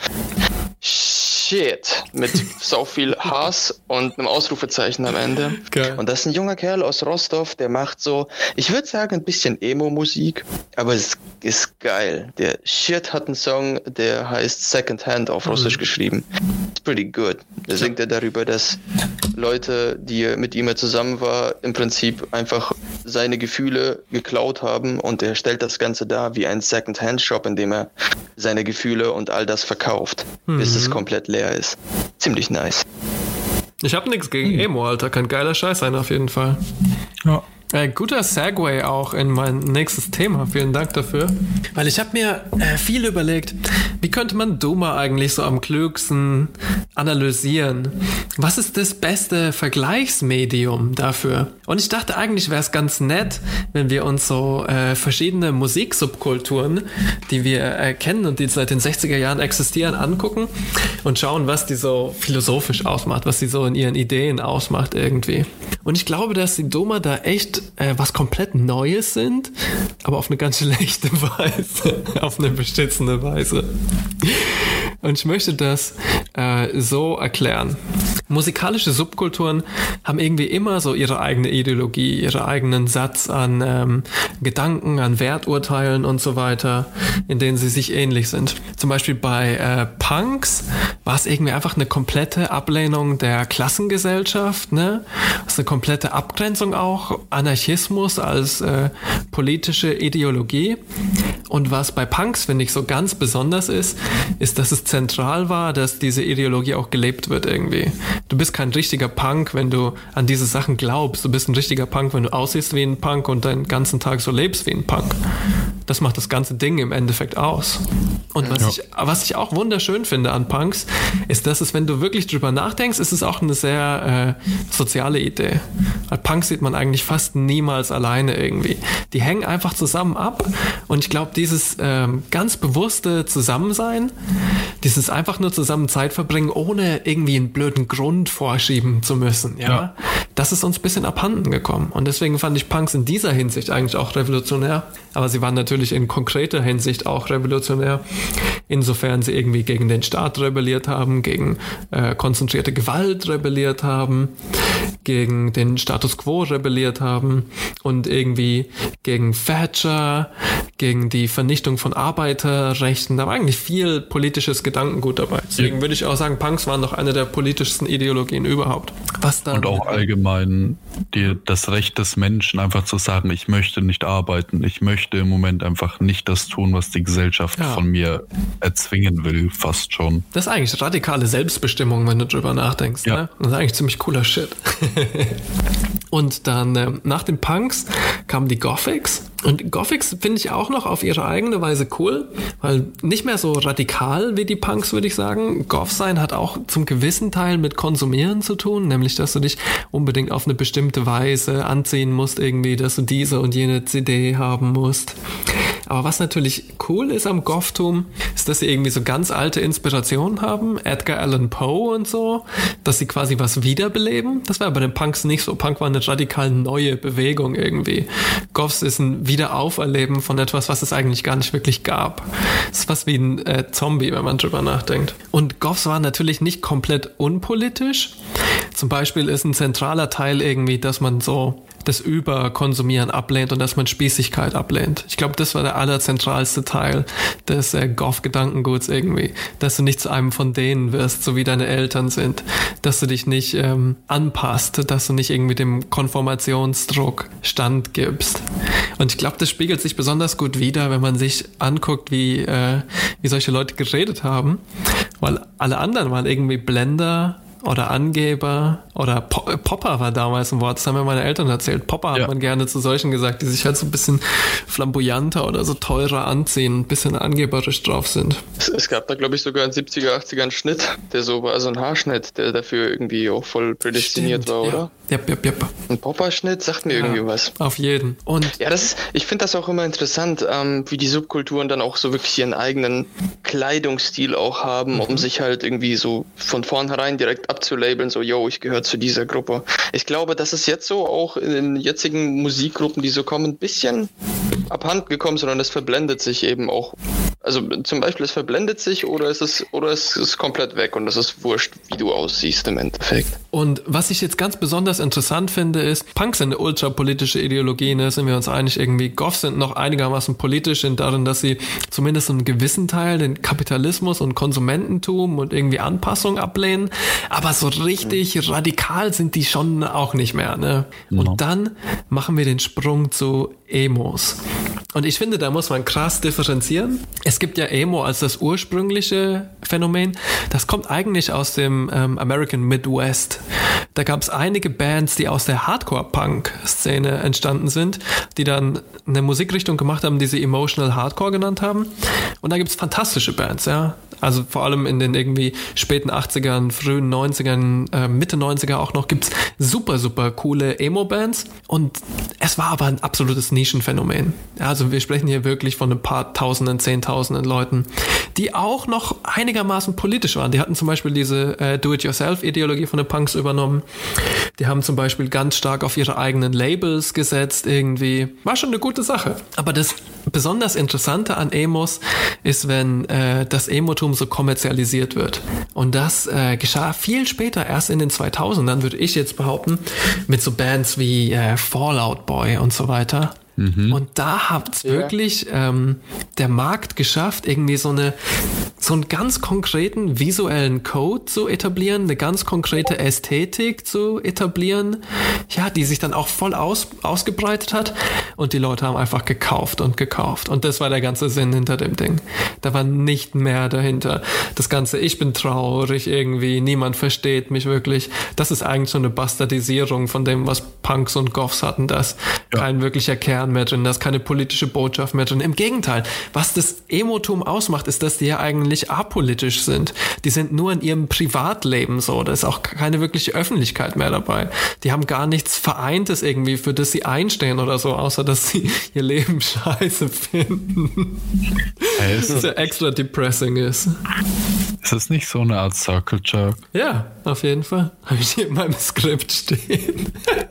Shit, mit so viel Hass und einem Ausrufezeichen am Ende. Geil. Und das ist ein junger Kerl aus Rostov, der macht so, ich würde sagen, ein bisschen Emo-Musik, aber es ist geil. Der Shit hat einen Song, der heißt Second Hand auf Russisch geschrieben. It's pretty good. Da singt er darüber, dass Leute, die mit ihm zusammen war, im Prinzip einfach seine Gefühle geklaut haben und er stellt das Ganze dar wie ein Second-Hand-Shop, in dem er seine Gefühle und all das verkauft, bis es komplett leer ist. Ziemlich nice. Ich habe nichts gegen Emo, Alter. Kann geiler Scheiß sein auf jeden Fall. Ja. Guter Segway auch in mein nächstes Thema. Vielen Dank dafür. Weil ich habe mir viel überlegt, wie könnte man Duma eigentlich so am klügsten analysieren? Was ist das beste Vergleichsmedium dafür? Und ich dachte, eigentlich wäre es ganz nett, wenn wir uns so verschiedene Musiksubkulturen, die wir kennen und die seit den 60er Jahren existieren, angucken und schauen, was die so philosophisch ausmacht, was die so in ihren Ideen ausmacht irgendwie. Und ich glaube, dass die Duma da echt was komplett Neues sind, aber auf eine ganz schlechte Weise, auf eine beschissene Weise. Und ich möchte das so erklären. musikalische Subkulturen haben irgendwie immer so ihre eigene Ideologie, ihre eigenen Satz an Gedanken, an Werturteilen und so weiter, in denen sie sich ähnlich sind. Zum Beispiel bei Punks war es irgendwie einfach eine komplette Ablehnung der Klassengesellschaft, ne? Das ist eine komplette Abgrenzung auch, Anarchismus als politische Ideologie. Und was bei Punks, finde ich, so ganz besonders ist, dass es zentral war, dass diese Ideologie auch gelebt wird irgendwie. Du bist kein richtiger Punk, wenn du an diese Sachen glaubst. Du bist ein richtiger Punk, wenn du aussiehst wie ein Punk und deinen ganzen Tag so lebst wie ein Punk. Das macht das ganze Ding im Endeffekt aus. Und was ich auch wunderschön finde an Punks, ist, dass es, wenn du wirklich drüber nachdenkst, ist es auch eine sehr soziale Idee. Weil Punks sieht man eigentlich fast niemals alleine irgendwie. Die hängen einfach zusammen ab und ich glaube, dieses ganz bewusste Zusammensein, dieses einfach nur zusammen Zeit verbringen, ohne irgendwie einen blöden Grund vorschieben zu müssen, ja, das ist uns ein bisschen abhanden gekommen. Und deswegen fand ich Punks in dieser Hinsicht eigentlich auch revolutionär. Aber sie waren natürlich in konkreter Hinsicht auch revolutionär, insofern sie irgendwie gegen den Staat rebelliert haben, gegen konzentrierte Gewalt rebelliert haben, gegen den Status Quo rebelliert haben und irgendwie gegen Thatcher, gegen die Vernichtung von Arbeiterrechten. Da war eigentlich viel politisches Gedankengut dabei. Deswegen würde ich auch sagen, Punks waren noch eine der politischsten Ideologien überhaupt. Was dann, und auch allgemein das Recht des Menschen, einfach zu sagen, ich möchte nicht arbeiten, ich möchte im Moment einfach nicht das tun, was die Gesellschaft von mir erzwingen will, fast schon. Das ist eigentlich radikale Selbstbestimmung, wenn du drüber nachdenkst. Ja. Ne? Das ist eigentlich ziemlich cooler Shit. Und dann nach den Punks kamen die Gothics. Und Gothics finde ich auch noch auf ihre eigene Weise cool, weil nicht mehr so radikal wie die Punks, würde ich sagen. Goth sein hat auch zum gewissen Teil mit Konsumieren zu tun, nämlich, dass du dich unbedingt auf eine bestimmte Weise anziehen musst irgendwie, dass du diese und jene CD haben musst. Aber was natürlich cool ist am Gothtum, ist, dass sie irgendwie so ganz alte Inspirationen haben, Edgar Allan Poe und so, dass sie quasi was wiederbeleben. Das war bei den Punks nicht so. Punk war eine radikal neue Bewegung irgendwie. Goths ist ein Wiederauferleben von etwas, was es eigentlich gar nicht wirklich gab. Das ist was wie ein Zombie, wenn man drüber nachdenkt. Und Goths waren natürlich nicht komplett unpolitisch. Zum Beispiel ist ein zentraler Teil irgendwie, dass man so das Überkonsumieren ablehnt und dass man Spießigkeit ablehnt. Ich glaube, das war der allerzentralste Teil des Goth-Gedankenguts irgendwie. Dass du nicht zu einem von denen wirst, so wie deine Eltern sind. Dass du dich nicht anpasst, dass du nicht irgendwie dem Konformationsdruck stand gibst. Und ich glaube, das spiegelt sich besonders gut wider, wenn man sich anguckt, wie solche Leute geredet haben. Weil alle anderen waren irgendwie Blender oder Angeber oder Popper war damals ein Wort, das haben mir meine Eltern erzählt. Popper hat man gerne zu solchen gesagt, die sich halt so ein bisschen flamboyanter oder so teurer anziehen, ein bisschen angeberisch drauf sind. Es gab da, glaube ich, sogar in 70er, 80er einen Schnitt, der so war, so ein Haarschnitt, der dafür irgendwie auch voll prädestiniert war, oder? Yep. Ein Popper-Schnitt sagt mir irgendwie was. Auf jeden. Und ja, ich finde das auch immer interessant, wie die Subkulturen dann auch so wirklich ihren eigenen Kleidungsstil auch haben, um sich halt irgendwie so von vornherein direkt abzulabeln, so, yo, ich gehöre zu dieser Gruppe. Ich glaube, das ist jetzt so auch in den jetzigen Musikgruppen, die so kommen, ein bisschen abhanden gekommen, sondern es verblendet sich eben auch. Also zum Beispiel, es verblendet sich oder es ist komplett weg und es ist wurscht, wie du aussiehst im Endeffekt. Und was ich jetzt ganz besonders interessant finde, ist, Punks sind eine ultrapolitische Ideologie, ne, sind wir uns einig irgendwie. Goths sind noch einigermaßen politisch in darin, dass sie zumindest einen gewissen Teil den Kapitalismus und Konsumententum und irgendwie Anpassung ablehnen, aber so richtig radikal sind die schon auch nicht mehr, ne? Und dann machen wir den Sprung zu Emos. Und ich finde, da muss man krass differenzieren. Es gibt ja Emo als das ursprüngliche Phänomen. Das kommt eigentlich aus dem American Midwest. Da gab es einige Bands, die aus der Hardcore-Punk-Szene entstanden sind, die dann eine Musikrichtung gemacht haben, die sie Emotional Hardcore genannt haben. Und da gibt es fantastische Bands, ja. Also vor allem in den irgendwie späten 80ern, frühen 90ern, Mitte 90er auch noch gibt's super, super coole Emo-Bands. Und es war aber ein absolutes Nischenphänomen. Also wir sprechen hier wirklich von ein paar Tausenden, Zehntausenden Leuten, die auch noch einigermaßen politisch waren. Die hatten zum Beispiel diese Do-it-yourself-Ideologie von den Punks übernommen. Die haben zum Beispiel ganz stark auf ihre eigenen Labels gesetzt irgendwie. War schon eine gute Sache. Aber das besonders Interessante an Emos ist, wenn das Emotum so kommerzialisiert wird. Und das geschah viel später, erst in den 2000ern, würde ich jetzt behaupten, mit so Bands wie Fall Out Boy und so weiter. Und da hat es wirklich der Markt geschafft, irgendwie so einen ganz konkreten visuellen Code zu etablieren, eine ganz konkrete Ästhetik zu etablieren, ja, die sich dann auch voll ausgebreitet hat und die Leute haben einfach gekauft und gekauft. Und das war der ganze Sinn hinter dem Ding. Da war nicht mehr dahinter. Das ganze, ich bin traurig irgendwie, niemand versteht mich wirklich. Das ist eigentlich so eine Bastardisierung von dem, was Punks und Goths hatten. Da ist kein wirklicher Kern mehr drin, da ist keine politische Botschaft mehr drin. Im Gegenteil, was das Emotum ausmacht, ist, dass die ja eigentlich apolitisch sind. Die sind nur in ihrem Privatleben so. Da ist auch keine wirkliche Öffentlichkeit mehr dabei. Die haben gar nichts Vereintes irgendwie, für das sie einstehen oder so, außer dass sie ihr Leben scheiße finden. Was ja extra depressing ist. Ist das nicht so eine Art Circle Jerk? Ja, auf jeden Fall. Habe ich hier in meinem Skript stehen.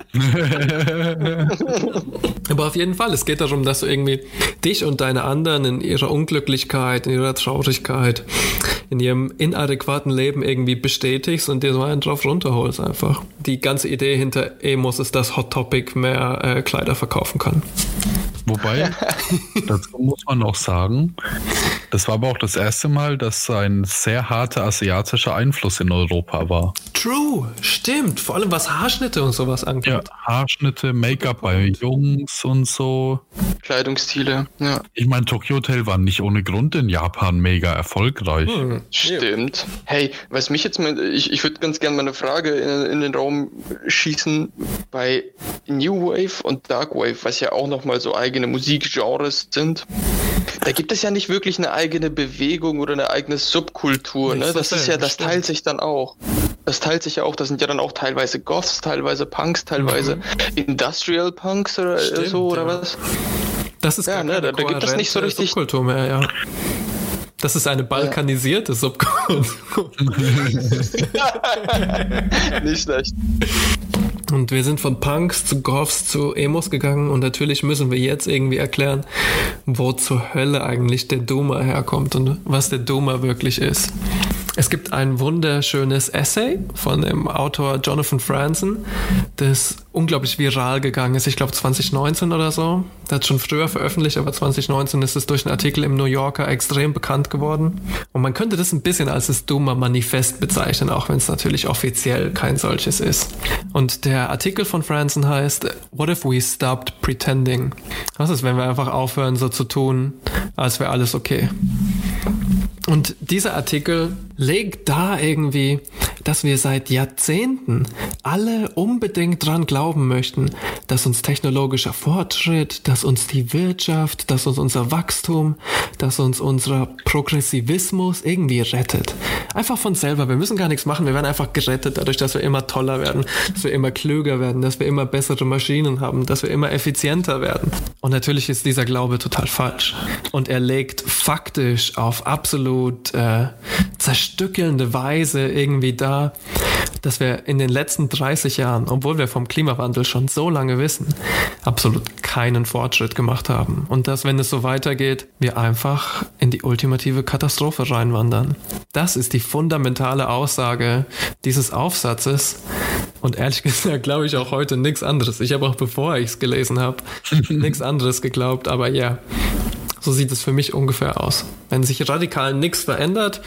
Aber auf jeden Fall, es geht darum, dass du irgendwie dich und deine anderen in ihrer Unglücklichkeit, in ihrer Traurigkeit, in ihrem inadäquaten Leben irgendwie bestätigst und dir so einen drauf runterholst einfach. Die ganze Idee hinter Emos ist, dass Hot Topic mehr Kleider verkaufen kann. Wobei, dazu muss man auch sagen, das war aber auch das erste Mal, dass ein sehr harter asiatischer Einfluss in Europa war. True, stimmt. Vor allem was Haarschnitte und sowas angeht. Ja, Haarschnitte, Make-up bei Jungs und so. Kleidungsstile, ja. Ich meine, Tokyo Hotel war nicht ohne Grund in Japan mega erfolgreich. Stimmt. Hey, was mich jetzt mal, ich würde ganz gerne mal eine Frage in den Raum schießen. Bei New Wave und Dark Wave, was ja auch nochmal so eigene Musikgenres sind, da gibt es ja nicht wirklich eine eigene Bewegung oder eine eigene Subkultur. Ne? Das ist ja, das teilt sich dann auch. Das teilt sich ja auch, das sind ja dann auch teilweise Goths, teilweise Punks, teilweise Industrial Punks oder so, oder was? Das ist ja, ne, da gibt es nicht so richtig Subkultur mehr, ja. Das ist eine balkanisierte Subkultur. Nicht schlecht. Und wir sind von Punks zu Goths zu Emos gegangen und natürlich müssen wir jetzt irgendwie erklären, wo zur Hölle eigentlich der Doomer herkommt und was der Doomer wirklich ist. Es gibt ein wunderschönes Essay von dem Autor Jonathan Franzen, das unglaublich viral gegangen ist. Ich glaube 2019 oder so. Der hat schon früher veröffentlicht, aber 2019 ist es durch einen Artikel im New Yorker extrem bekannt geworden. Und man könnte das ein bisschen als das Doomer-Manifest bezeichnen, auch wenn es natürlich offiziell kein solches ist. Und der Artikel von Franzen heißt What if we stopped pretending? Was ist, wenn wir einfach aufhören, so zu tun, als wäre alles okay? Und dieser Artikel legt da irgendwie, dass wir seit Jahrzehnten alle unbedingt dran glauben möchten, dass uns technologischer Fortschritt, dass uns die Wirtschaft, dass uns unser Wachstum, dass uns unser Progressivismus irgendwie rettet. Einfach von selber. Wir müssen gar nichts machen. Wir werden einfach gerettet dadurch, dass wir immer toller werden, dass wir immer klüger werden, dass wir immer bessere Maschinen haben, dass wir immer effizienter werden. Und natürlich ist dieser Glaube total falsch. Und er legt faktisch auf absolut zerstückelnde Weise irgendwie da, dass wir in den letzten 30 Jahren, obwohl wir vom Klimawandel schon so lange wissen, absolut keinen Fortschritt gemacht haben. Und dass, wenn es so weitergeht, wir einfach in die ultimative Katastrophe reinwandern. Das ist die fundamentale Aussage dieses Aufsatzes. Und ehrlich gesagt glaube ich auch heute nichts anderes. Ich habe auch, bevor ich es gelesen habe, nichts anderes geglaubt. Aber ja, so sieht es für mich ungefähr aus. Wenn sich radikal nichts verändert,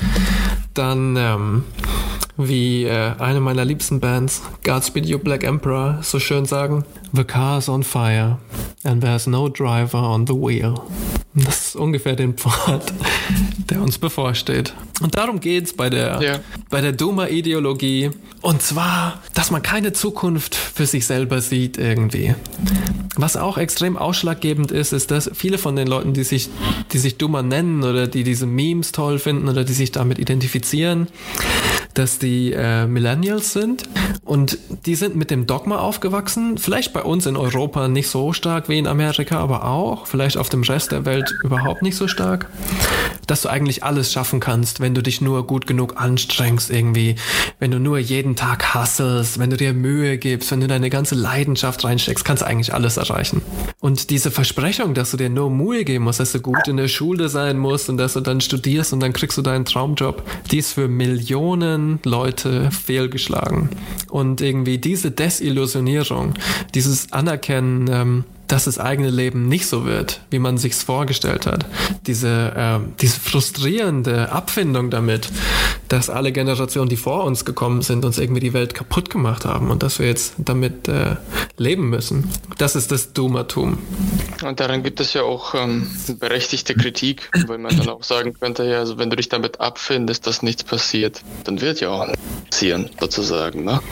dann wie eine meiner liebsten Bands, Godspeed You Black Emperor, so schön sagen, The car's on fire and there's no driver on the wheel. Das ist ungefähr den Pfad, der uns bevorsteht. Und darum geht's bei der Doomer-Ideologie. Und zwar, dass man keine Zukunft für sich selber sieht irgendwie. Was auch extrem ausschlaggebend ist, ist, dass viele von den Leuten, die sich Doomer nennen oder die diese Memes toll finden oder die sich damit identifizieren, dass die Millennials sind und die sind mit dem Dogma aufgewachsen, vielleicht bei uns in Europa nicht so stark wie in Amerika, aber auch, vielleicht auf dem Rest der Welt überhaupt nicht so stark, dass du eigentlich alles schaffen kannst, wenn du dich nur gut genug anstrengst irgendwie, wenn du nur jeden Tag hustlest, wenn du dir Mühe gibst, wenn du deine ganze Leidenschaft reinsteckst, kannst du eigentlich alles erreichen. Und diese Versprechung, dass du dir nur Mühe geben musst, dass du gut in der Schule sein musst und dass du dann studierst und dann kriegst du deinen Traumjob, die ist für Millionen Leute fehlgeschlagen. Und irgendwie diese Desillusionierung, dieses Anerkennen, dass das eigene Leben nicht so wird, wie man sich's vorgestellt hat. Diese frustrierende Abfindung damit, dass alle Generationen, die vor uns gekommen sind, uns irgendwie die Welt kaputt gemacht haben und dass wir jetzt damit leben müssen. Das ist das Doomertum. Und daran gibt es ja auch berechtigte Kritik, weil man dann auch sagen könnte, ja, also wenn du dich damit abfindest, dass nichts passiert, dann wird ja auch nichts passieren, sozusagen, ne?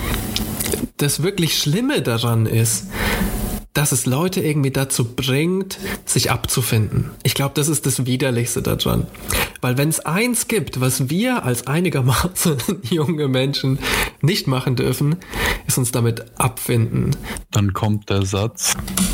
Das wirklich Schlimme daran ist, dass es Leute irgendwie dazu bringt, sich abzufinden. Ich glaube, das ist das Widerlichste daran. Weil wenn es eins gibt, was wir als einigermaßen junge Menschen nicht machen dürfen, ist uns damit abfinden. Dann kommt der Satz,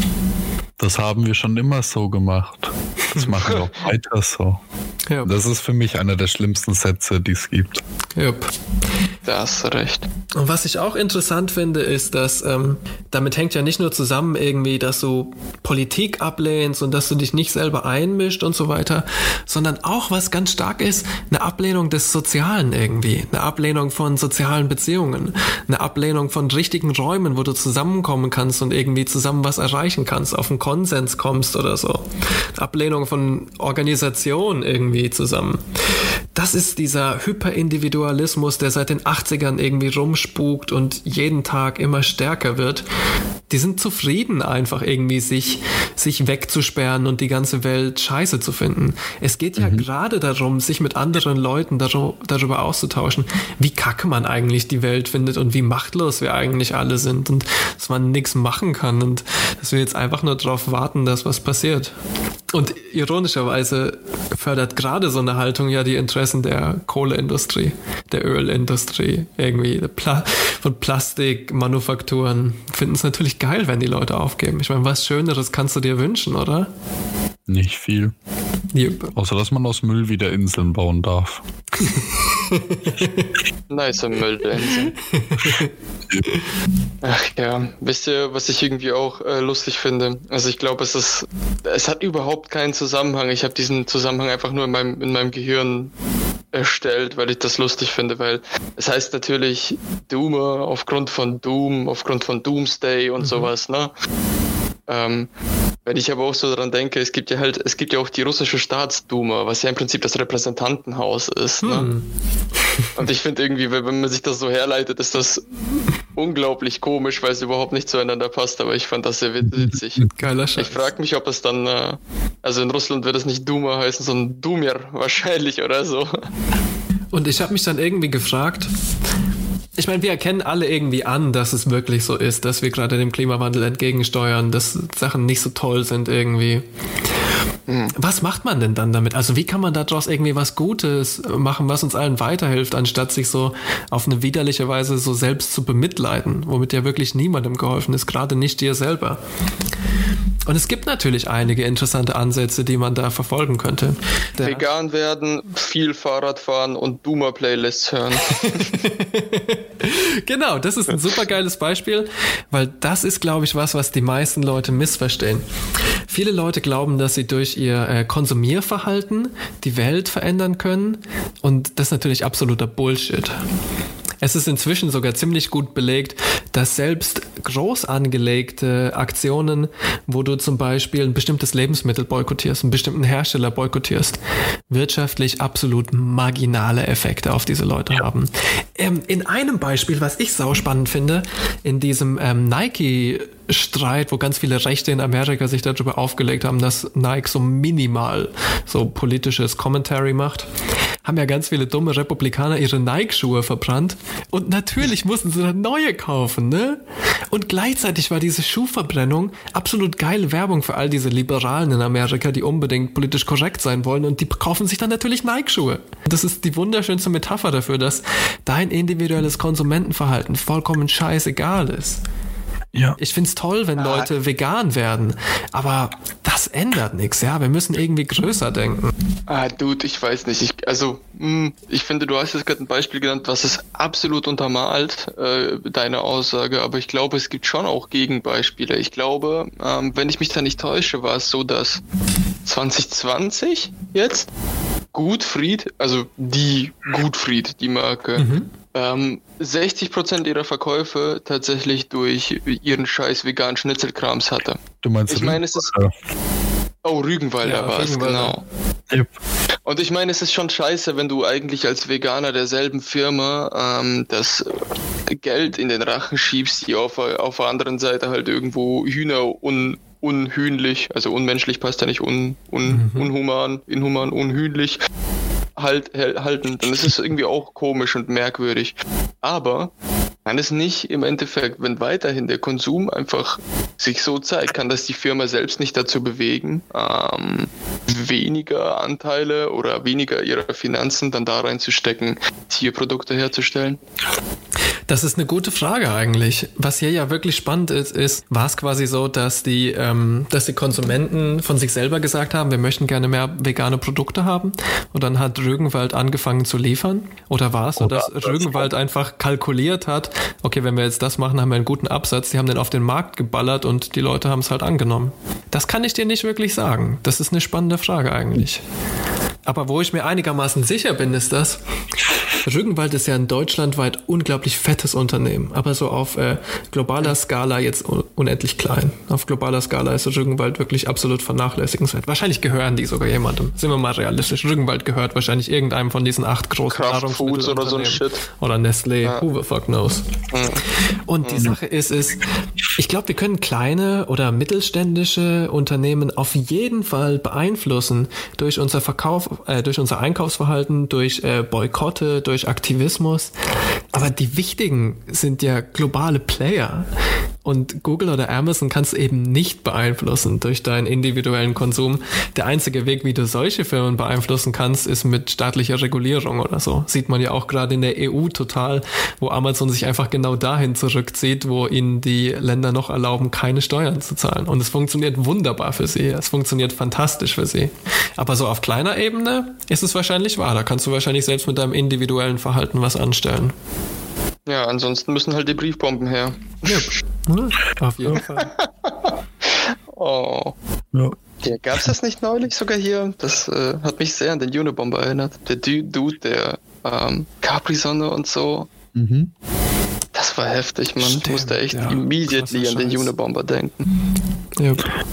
das haben wir schon immer so gemacht. Das machen wir auch weiter so. Ja. Das ist für mich einer der schlimmsten Sätze, die es gibt. Yep. Da hast du recht. Und was ich auch interessant finde, ist, dass damit hängt ja nicht nur zusammen irgendwie, dass du Politik ablehnst und dass du dich nicht selber einmischt und so weiter, sondern auch, was ganz stark ist, eine Ablehnung des Sozialen irgendwie, eine Ablehnung von sozialen Beziehungen, eine Ablehnung von richtigen Räumen, wo du zusammenkommen kannst und irgendwie zusammen was erreichen kannst, auf einen Konsens kommst oder so. Eine Ablehnung von Organisation irgendwie zusammen. Das ist dieser Hyperindividualismus, der seit den 80ern irgendwie rumspukt und jeden Tag immer stärker wird. Die sind zufrieden, einfach irgendwie sich wegzusperren und die ganze Welt scheiße zu finden. Es geht ja gerade darum, sich mit anderen Leuten darüber auszutauschen, wie kacke man eigentlich die Welt findet und wie machtlos wir eigentlich alle sind und dass man nichts machen kann und dass wir jetzt einfach nur darauf warten, dass was passiert. Und ironischerweise fördert gerade so eine Haltung ja die Interessen der Kohleindustrie, der Ölindustrie, irgendwie von Plastikmanufakturen. Finden es natürlich geil, wenn die Leute aufgeben. Ich meine, was Schöneres kannst du dir wünschen, oder? Nicht viel. Yep. Außer, dass man aus Müll wieder Inseln bauen darf. Nice Müll der Insel. Ach ja, wisst ihr, was ich irgendwie auch lustig finde? Also ich glaube, es hat überhaupt keinen Zusammenhang. Ich habe diesen Zusammenhang einfach nur in meinem Gehirn erstellt, weil ich das lustig finde, weil es heißt natürlich Doomer aufgrund von Doom, aufgrund von Doomsday und sowas, ne? Wenn ich aber auch so daran denke, es gibt ja auch die russische Staatsduma, was ja im Prinzip das Repräsentantenhaus ist. Ne? Und ich finde irgendwie, wenn man sich das so herleitet, ist das unglaublich komisch, weil es überhaupt nicht zueinander passt, aber ich fand das sehr witzig. Geiler Scheiß. Ich frage mich, ob es dann, also in Russland wird es nicht Duma heißen, sondern Dumir wahrscheinlich oder so. Und ich habe mich dann irgendwie gefragt, ich meine, wir erkennen alle irgendwie an, dass es wirklich so ist, dass wir gerade dem Klimawandel entgegensteuern, dass Sachen nicht so toll sind irgendwie. Was macht man denn dann damit? Also wie kann man daraus irgendwie was Gutes machen, was uns allen weiterhilft, anstatt sich so auf eine widerliche Weise so selbst zu bemitleiden, womit ja wirklich niemandem geholfen ist, gerade nicht dir selber. Und es gibt natürlich einige interessante Ansätze, die man da verfolgen könnte. Vegan werden, viel Fahrrad fahren und Boomer-Playlists hören. Genau, das ist ein super geiles Beispiel, weil das ist, glaube ich, was die meisten Leute missverstehen. Viele Leute glauben, dass sie durch ihr Konsumierverhalten die Welt verändern können und das ist natürlich absoluter Bullshit. Es ist inzwischen sogar ziemlich gut belegt, dass selbst groß angelegte Aktionen, wo du zum Beispiel ein bestimmtes Lebensmittel boykottierst, einen bestimmten Hersteller boykottierst, wirtschaftlich absolut marginale Effekte auf diese Leute haben. In einem Beispiel, was ich sauspannend finde, in diesem Nike-Streit, wo ganz viele Rechte in Amerika sich darüber aufgelegt haben, dass Nike so minimal so politisches Commentary macht, haben ja ganz viele dumme Republikaner ihre Nike-Schuhe verbrannt und natürlich mussten sie dann neue kaufen. ne? Und gleichzeitig war diese Schuhverbrennung absolut geile Werbung für all diese Liberalen in Amerika, die unbedingt politisch korrekt sein wollen und die kaufen sich dann natürlich Nike-Schuhe. Das ist die wunderschönste Metapher dafür, dass dein individuelles Konsumentenverhalten vollkommen scheißegal ist. Ja. Ich find's toll, wenn Leute vegan werden, aber das ändert nichts, ja. Wir müssen irgendwie größer denken. Dude, ich weiß nicht. Ich finde, du hast jetzt gerade ein Beispiel genannt, was es absolut untermalt, deine Aussage, aber ich glaube, es gibt schon auch Gegenbeispiele. Ich glaube, wenn ich mich da nicht täusche, war es so, dass 2020 jetzt Gutfried, also die Gutfried, die Marke, 60% ihrer Verkäufe tatsächlich durch ihren scheiß veganen Schnitzelkrams hatte. Du meinst ich meine, es ist... Oh, Rügenwalder war es, genau. Yep. Und ich meine, es ist schon scheiße, wenn du eigentlich als Veganer derselben Firma das Geld in den Rachen schiebst, die auf der anderen Seite halt irgendwo Hühner unhühnlich, also unmenschlich passt ja nicht, unhuman, inhuman, unhühnlich halten, dann ist es irgendwie auch komisch und merkwürdig. Aber kann es nicht im Endeffekt, wenn weiterhin der Konsum einfach sich so zeigt, kann das die Firma selbst nicht dazu bewegen, weniger Anteile oder weniger ihrer Finanzen dann da reinzustecken, Tierprodukte herzustellen? Das ist eine gute Frage eigentlich. Was hier ja wirklich spannend ist, war es quasi so, dass die Konsumenten von sich selber gesagt haben, wir möchten gerne mehr vegane Produkte haben und dann hat Rügenwald angefangen zu liefern? Oder war es so, dass Rügenwald einfach kalkuliert hat, okay, wenn wir jetzt das machen, haben wir einen guten Absatz, die haben den auf den Markt geballert und die Leute haben es halt angenommen? Das kann ich dir nicht wirklich sagen. Das ist eine spannende Frage eigentlich. Aber wo ich mir einigermaßen sicher bin, ist das, Rügenwald ist ja ein deutschlandweit unglaublich fettes Unternehmen, aber so auf globaler Skala jetzt unendlich klein. Auf globaler Skala ist Rügenwald wirklich absolut vernachlässigenswert. Wahrscheinlich gehören die sogar jemandem. Sind wir mal realistisch. Rügenwald gehört wahrscheinlich irgendeinem von diesen 8 großen Kraftfoods oder so ein Shit. Oder Nestlé, who the fuck knows. Und die Sache ist, ich glaube, wir können kleine oder mittelständische Unternehmen auf jeden Fall beeinflussen durch unser durch unser Einkaufsverhalten, durch Boykotte, durch Aktivismus. Aber die wichtigen sind ja globale Player. Und Google oder Amazon kannst du eben nicht beeinflussen durch deinen individuellen Konsum. Der einzige Weg, wie du solche Firmen beeinflussen kannst, ist mit staatlicher Regulierung oder so. Sieht man ja auch gerade in der EU total, wo Amazon sich einfach genau dahin zurückzieht, wo ihnen die Länder noch erlauben, keine Steuern zu zahlen. Und es funktioniert wunderbar für sie. Es funktioniert fantastisch für sie. Aber so auf kleiner Ebene ist es wahrscheinlich wahr. Da kannst du wahrscheinlich selbst mit deinem individuellen Verhalten was anstellen. Ja, ansonsten müssen halt die Briefbomben her. Ja, auf jeden Fall. Oh. Ja. Ja, gab's das nicht neulich sogar hier? Das hat mich sehr an den Unabomber erinnert. Der Dude, der Capri-Sonne und so. Mhm. Das war heftig, man. Stimmt, musste echt immediately an den Unabomber denken. Ja.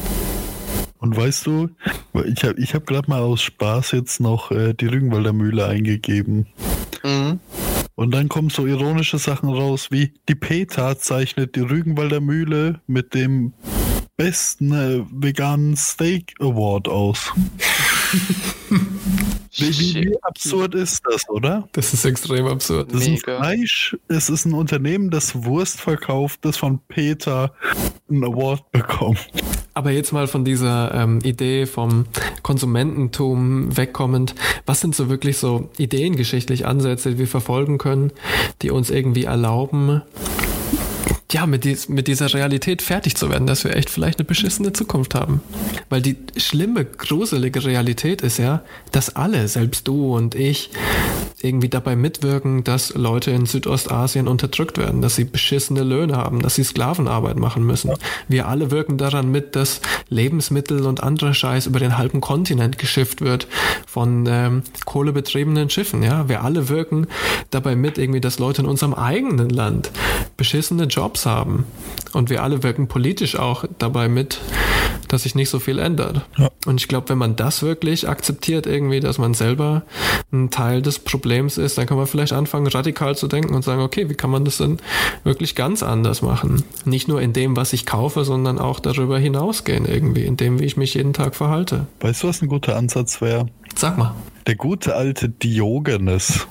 Und weißt du, ich hab gerade mal aus Spaß jetzt noch die Rügenwalder Mühle eingegeben. Mhm. Und dann kommen so ironische Sachen raus, wie die PETA zeichnet die Rügenwalder Mühle mit dem besten veganen Steak Award aus. Wie absurd ist das, oder? Das ist extrem absurd. Das ist ein Fleisch, es ist ein Unternehmen, das Wurst verkauft, das von PETA einen Award bekommt. Aber jetzt mal von dieser Idee vom Konsumententum wegkommend, was sind so wirklich so ideengeschichtlich Ansätze, die wir verfolgen können, die uns irgendwie erlauben, ja, mit dieser Realität fertig zu werden, dass wir echt vielleicht eine beschissene Zukunft haben. Weil die schlimme, gruselige Realität ist ja, dass alle, selbst du und ich, irgendwie dabei mitwirken, dass Leute in Südostasien unterdrückt werden, dass sie beschissene Löhne haben, dass sie Sklavenarbeit machen müssen. Wir alle wirken daran mit, dass Lebensmittel und anderer Scheiß über den halben Kontinent geschifft wird von kohlebetriebenen Schiffen. Ja, wir alle wirken dabei mit, irgendwie, dass Leute in unserem eigenen Land beschissene Jobs haben. Und wir alle wirken politisch auch dabei mit, dass sich nicht so viel ändert. Ja. Und ich glaube, wenn man das wirklich akzeptiert irgendwie, dass man selber ein Teil des Problems ist, dann kann man vielleicht anfangen, radikal zu denken und sagen, okay, wie kann man das denn wirklich ganz anders machen? Nicht nur in dem, was ich kaufe, sondern auch darüber hinausgehen irgendwie, in dem, wie ich mich jeden Tag verhalte. Weißt du, was ein guter Ansatz wäre? Sag mal. Der gute alte Diogenes,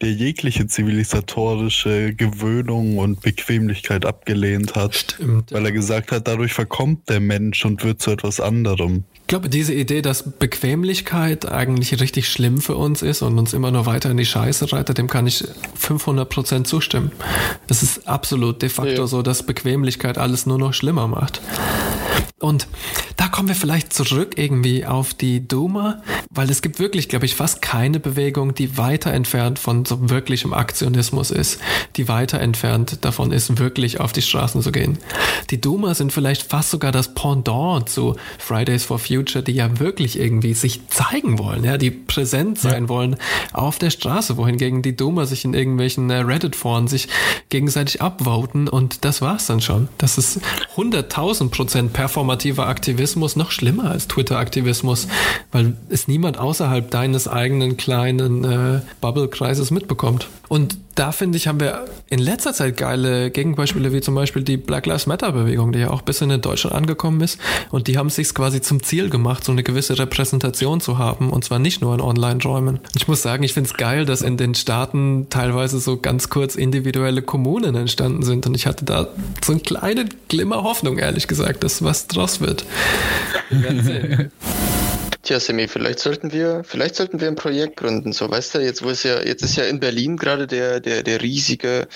der jegliche zivilisatorische Gewöhnung und Bequemlichkeit abgelehnt hat. Stimmt. Weil er gesagt hat, dadurch verkommt der Mensch und wird zu etwas anderem. Ich glaube, diese Idee, dass Bequemlichkeit eigentlich richtig schlimm für uns ist und uns immer nur weiter in die Scheiße reitet, dem kann ich 500% zustimmen. Es ist absolut de facto so, dass Bequemlichkeit alles nur noch schlimmer macht. Und da kommen wir vielleicht zurück irgendwie auf die Duma, weil es gibt wirklich, glaube ich, fast keine Bewegung, die weiter entfernt von so wirklichem Aktionismus ist, die weiter entfernt davon ist, wirklich auf die Straßen zu gehen. Die Duma sind vielleicht fast sogar das Pendant zu Fridays for Future, die ja wirklich irgendwie sich zeigen wollen, ja, die präsent sein wollen auf der Straße, wohingegen die Duma sich in irgendwelchen Reddit-Foren sich gegenseitig upvoten und das war's dann schon. Das ist 100.000% performativer Aktivismus, noch schlimmer als Twitter-Aktivismus, weil es niemand außerhalb deines eigenen kleinen Bubble-Kreises mitbekommt. Und da, finde ich, haben wir in letzter Zeit geile Gegenbeispiele, wie zum Beispiel die Black Lives Matter-Bewegung, die ja auch ein bisschen in Deutschland angekommen ist. Und die haben es sich quasi zum Ziel gemacht, so eine gewisse Repräsentation zu haben. Und zwar nicht nur in Online-Räumen. Ich muss sagen, ich finde es geil, dass in den Staaten teilweise so ganz kurz individuelle Kommunen entstanden sind. Und ich hatte da so einen kleinen Glimmer Hoffnung, ehrlich gesagt, dass was draus wird. Wir werden sehen. Tja, Semi, vielleicht sollten wir ein Projekt gründen. So, weißt du, jetzt ist ja in Berlin gerade der riesige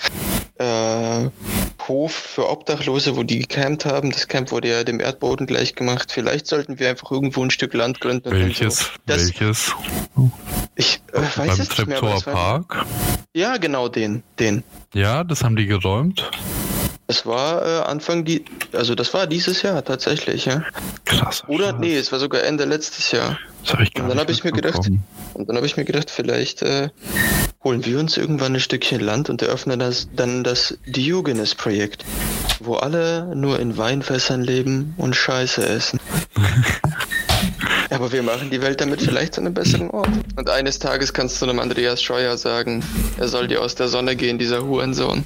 Hof für Obdachlose, wo die gecampt haben. Das Camp wurde ja dem Erdboden gleich gemacht. Vielleicht sollten wir einfach irgendwo ein Stück Land gründen. Welches? Ich weiß es nicht mehr. Beim Treptower Park? Ja, genau, den. Ja, das haben die geräumt. Das war das war dieses Jahr tatsächlich, ja. Krass. Oder nee, es war sogar Ende letztes Jahr. Das habe ich gar Und dann nicht habe ich mir gedacht, vielleicht holen wir uns irgendwann ein Stückchen Land und eröffnen dann das Diogenes-Projekt, wo alle nur in Weinfässern leben und Scheiße essen. Aber wir machen die Welt damit vielleicht zu einem besseren Ort. Und eines Tages kannst du einem Andreas Scheuer sagen, er soll dir aus der Sonne gehen, dieser Hurensohn.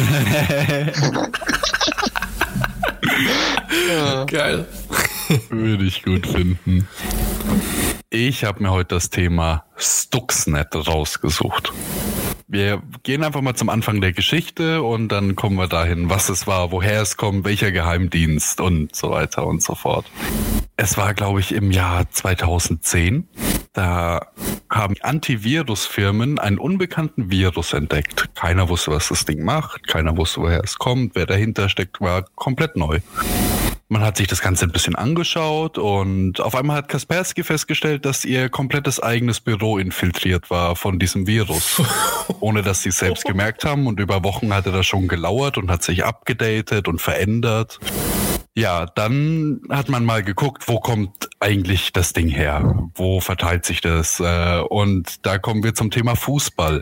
Ja. Geil. Würde ich gut finden. Ich habe mir heute das Thema Stuxnet rausgesucht. Wir gehen einfach mal zum Anfang der Geschichte und dann kommen wir dahin, was es war, woher es kommt, welcher Geheimdienst und so weiter und so fort. Es war, glaube ich, im Jahr 2010. Da haben Antivirusfirmen einen unbekannten Virus entdeckt. Keiner wusste, was das Ding macht, keiner wusste, woher es kommt, wer dahinter steckt, war komplett neu. Man hat sich das Ganze ein bisschen angeschaut und auf einmal hat Kaspersky festgestellt, dass ihr komplettes eigenes Büro infiltriert war von diesem Virus. Ohne dass sie es selbst gemerkt haben, und über Wochen hat er da schon gelauert und hat sich abgedatet und verändert. Ja, dann hat man mal geguckt, wo kommt eigentlich das Ding her? Wo verteilt sich das? Und da kommen wir zum Thema Fußball.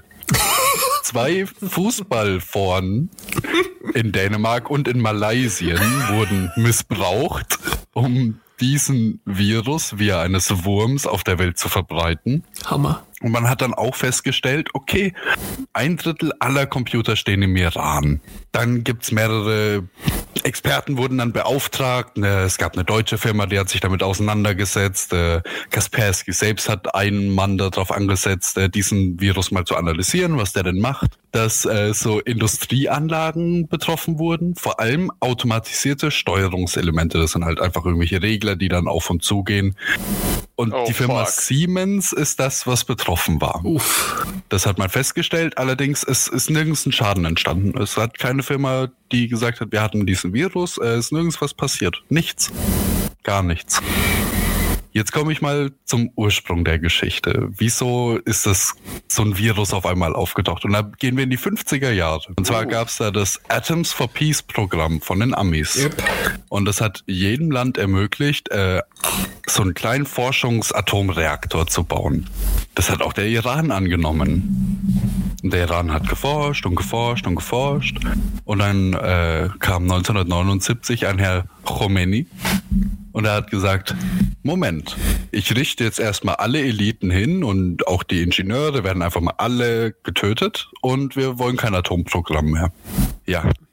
2 Fußballforen in Dänemark und in Malaysia wurden missbraucht, um diesen Virus via eines Wurms auf der Welt zu verbreiten. Hammer. Und man hat dann auch festgestellt, okay, 1/3 aller Computer stehen im Iran. Dann gibt's mehrere Experten, wurden dann beauftragt. Es gab eine deutsche Firma, die hat sich damit auseinandergesetzt. Kaspersky selbst hat einen Mann darauf angesetzt, diesen Virus mal zu analysieren, was der denn macht. Dass so Industrieanlagen betroffen wurden, vor allem automatisierte Steuerungselemente. Das sind halt einfach irgendwelche Regler, die dann auf und zu gehen. Und die Firma Siemens ist das, was betroffen war. Uff. Das hat man festgestellt. Allerdings es ist nirgends ein Schaden entstanden. Es hat keine Firma, die gesagt hat, wir hatten diesen Virus. Es ist nirgends was passiert. Nichts. Gar nichts. Jetzt komme ich mal zum Ursprung der Geschichte. Wieso ist das so ein Virus auf einmal aufgetaucht? Und da gehen wir in die 50er Jahre. Und zwar gab es da das Atoms for Peace Programm von den Amis. Yep. Und das hat jedem Land ermöglicht, so einen kleinen Forschungsatomreaktor zu bauen. Das hat auch der Iran angenommen. Und der Iran hat geforscht und geforscht und geforscht. Und dann kam 1979 ein Herr Khomeini. Und er hat gesagt, Moment, ich richte jetzt erstmal alle Eliten hin und auch die Ingenieure werden einfach mal alle getötet und wir wollen kein Atomprogramm mehr. Ja,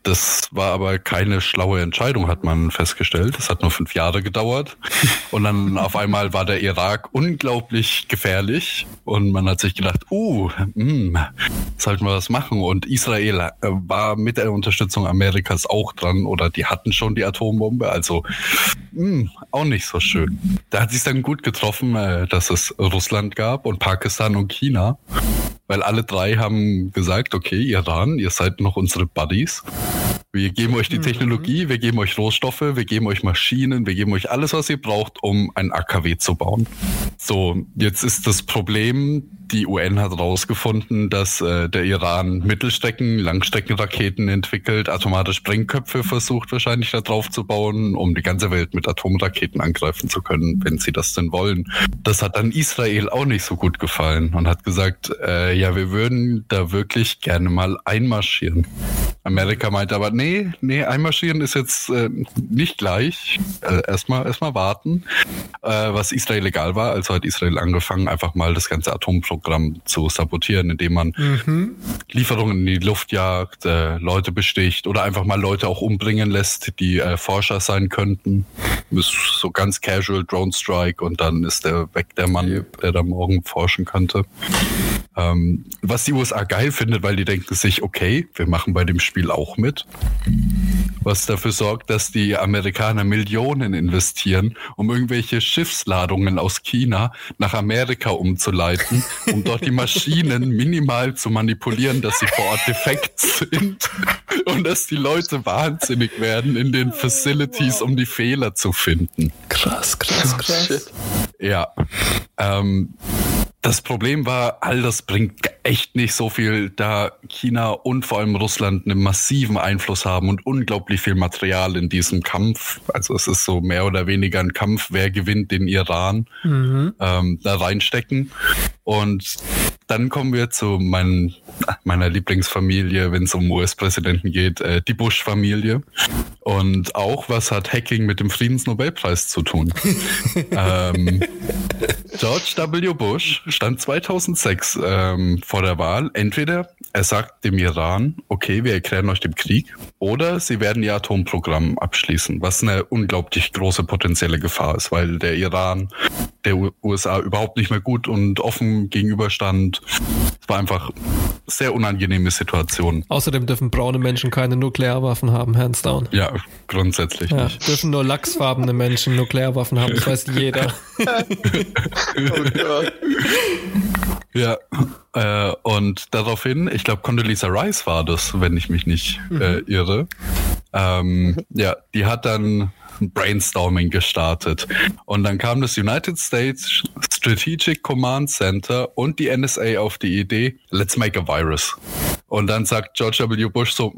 Das war aber keine schlaue Entscheidung, hat man festgestellt. Es hat nur 5 Jahre gedauert. Und dann auf einmal war der Irak unglaublich gefährlich. Und man hat sich gedacht, sollten wir was machen. Und Israel war mit der Unterstützung Amerikas auch dran. Oder die hatten schon die Atombombe. Also auch nicht so schön. Da hat sich dann gut getroffen, dass es Russland gab und Pakistan und China. Weil alle 3 haben gesagt, okay, Iran, ihr seid noch unsere Buddies. Wir geben euch die Technologie, wir geben euch Rohstoffe, wir geben euch Maschinen, wir geben euch alles, was ihr braucht, um ein AKW zu bauen. So, jetzt ist das Problem, die UN hat herausgefunden, dass der Iran Mittelstrecken-, Langstreckenraketen entwickelt, atomare Sprengköpfe versucht wahrscheinlich da drauf zu bauen, um die ganze Welt mit Atomraketen angreifen zu können, wenn sie das denn wollen. Das hat dann Israel auch nicht so gut gefallen und hat gesagt, wir würden da wirklich gerne mal einmarschieren. Amerika meinte aber, nee, einmarschieren ist jetzt nicht gleich. Erstmal warten. Was Israel egal war, also hat Israel angefangen, einfach mal das ganze Atomprogramm zu sabotieren, indem man Lieferungen in die Luft jagt, Leute besticht oder einfach mal Leute auch umbringen lässt, die Forscher sein könnten. Ist so ganz casual Drone Strike und dann ist weg der Mann, der da morgen forschen könnte. Was die USA geil findet, weil die denken sich, okay, wir machen bei dem Spiel auch mit. Was dafür sorgt, dass die Amerikaner Millionen investieren, um irgendwelche Schiffsladungen aus China nach Amerika umzuleiten, um dort die Maschinen minimal zu manipulieren, dass sie vor Ort defekt sind und dass die Leute wahnsinnig werden in den Facilities, um die Fehler zu finden. Krass. Ja. Das Problem war, all das bringt echt nicht so viel, da China und vor allem Russland einen massiven Einfluss haben und unglaublich viel Material in diesem Kampf. Also es ist so mehr oder weniger ein Kampf, wer gewinnt den Iran, da reinstecken. Und dann kommen wir zu meiner Lieblingsfamilie, wenn es um US-Präsidenten geht, die Bush-Familie. Und auch, was hat Hacking mit dem Friedensnobelpreis zu tun? George W. Bush stand 2006 vor der Wahl. Entweder er sagt dem Iran, okay, wir erklären euch den Krieg, oder sie werden ihr Atomprogramm abschließen, was eine unglaublich große potenzielle Gefahr ist, weil der Iran der USA überhaupt nicht mehr gut und offen gegenüberstand. Es war einfach eine sehr unangenehme Situation. Außerdem dürfen braune Menschen keine Nuklearwaffen haben, hands down. Ja, grundsätzlich nicht. Dürfen nur lachsfarbene Menschen Nuklearwaffen haben, das weiß jeder. Oh Gott. Ja, und daraufhin, ich glaube Condoleezza Rice war das, wenn ich mich nicht irre. Die hat dann Brainstorming gestartet. Und dann kam das United States Strategic Command Center und die NSA auf die Idee, let's make a virus. Und dann sagt George W. Bush so,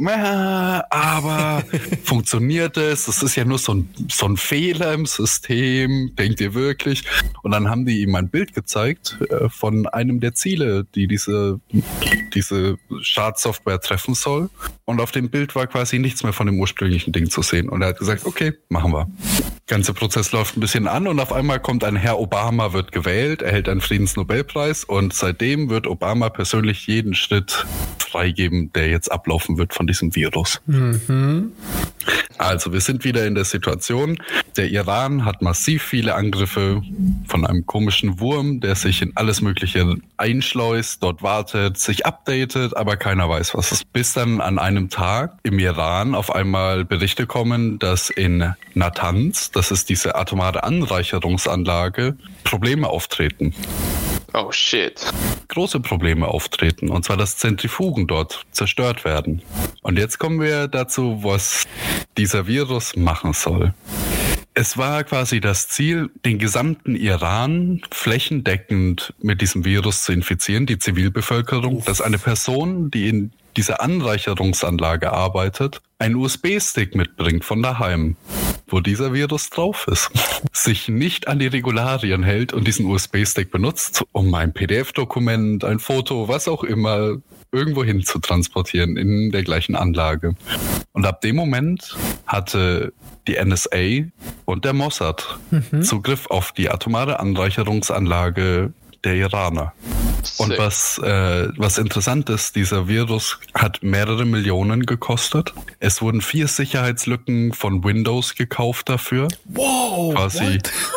aber funktioniert es? Das ist ja nur so ein Fehler im System. Denkt ihr wirklich? Und dann haben die ihm ein Bild gezeigt von einem der Ziele, die diese Schadsoftware treffen soll. Und auf dem Bild war quasi nichts mehr von dem ursprünglichen Ding zu sehen. Und er hat gesagt, okay, machen wir. Der ganze Prozess läuft ein bisschen an und auf einmal kommt ein Herr Obama, wird gewählt, erhält einen Friedensnobelpreis und seitdem wird Obama persönlich jeden Schritt freigeben, der jetzt ablaufen wird von diesem Virus. Also wir sind wieder in der Situation, der Iran hat massiv viele Angriffe von einem komischen Wurm, der sich in alles Mögliche einschleust, dort wartet, sich updatet, aber keiner weiß, was es ist. Bis dann an einem Tag im Iran auf einmal Berichte kommen, dass in Natanz, das ist diese atomare Anreicherungsanlage, Probleme auftreten. Oh shit. Große Probleme auftreten, und zwar, dass Zentrifugen dort zerstört werden. Und jetzt kommen wir dazu, was dieser Virus machen soll. Es war quasi das Ziel, den gesamten Iran flächendeckend mit diesem Virus zu infizieren, die Zivilbevölkerung, dass eine Person, die in dieser Anreicherungsanlage arbeitet, einen USB-Stick mitbringt von daheim, wo dieser Virus drauf ist, sich nicht an die Regularien hält und diesen USB-Stick benutzt, um ein PDF-Dokument, ein Foto, was auch immer, irgendwo hin zu transportieren in der gleichen Anlage. Und ab dem Moment hatte die NSA und der Mossad Zugriff auf die atomare Anreicherungsanlage der Iraner. Und was interessant ist, dieser Virus hat mehrere Millionen gekostet. Es wurden 4 Sicherheitslücken von Windows gekauft dafür. Wow! Quasi.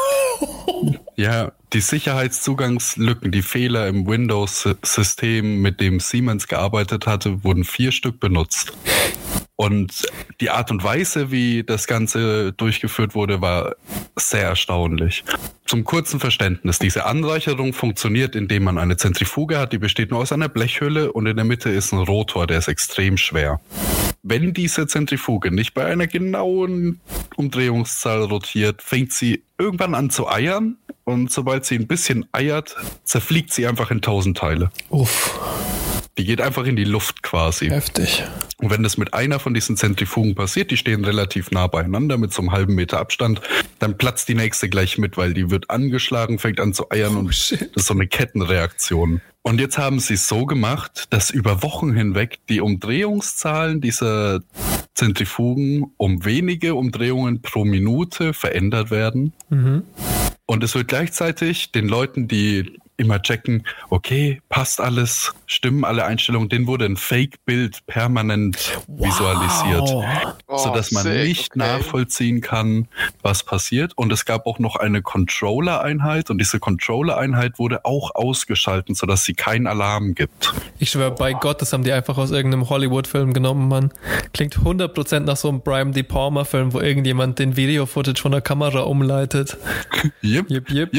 Ja, die Sicherheitszugangslücken, die Fehler im Windows-System, mit dem Siemens gearbeitet hatte, wurden 4 Stück benutzt. Und die Art und Weise, wie das Ganze durchgeführt wurde, war sehr erstaunlich. Zum kurzen Verständnis, diese Anreicherung funktioniert, indem man eine Zentrifuge hat, die besteht nur aus einer Blechhülle und in der Mitte ist ein Rotor, der ist extrem schwer. Wenn diese Zentrifuge nicht bei einer genauen Umdrehungszahl rotiert, fängt sie irgendwann an zu eiern und sobald sie ein bisschen eiert, zerfliegt sie einfach in 1000 Teile. Uff. Die geht einfach in die Luft quasi. Heftig. Und wenn das mit einer von diesen Zentrifugen passiert, die stehen relativ nah beieinander mit so einem halben Meter Abstand, dann platzt die nächste gleich mit, weil die wird angeschlagen, fängt an zu eiern und das ist so eine Kettenreaktion. Und jetzt haben sie es so gemacht, dass über Wochen hinweg die Umdrehungszahlen dieser Zentrifugen um wenige Umdrehungen pro Minute verändert werden. Mhm. Und es wird gleichzeitig den Leuten, die immer checken, okay, passt alles, stimmen alle Einstellungen, denen wurde ein Fake-Bild permanent visualisiert, sodass man nicht nachvollziehen kann, was passiert. Und es gab auch noch eine Controller-Einheit und diese Controller-Einheit wurde auch ausgeschaltet, sodass sie keinen Alarm gibt. Ich schwöre, bei Gott, das haben die einfach aus irgendeinem Hollywood-Film genommen, Mann. Klingt 100% nach so einem Brian De Palma-Film, wo irgendjemand den Video-Footage von der Kamera umleitet. Yep.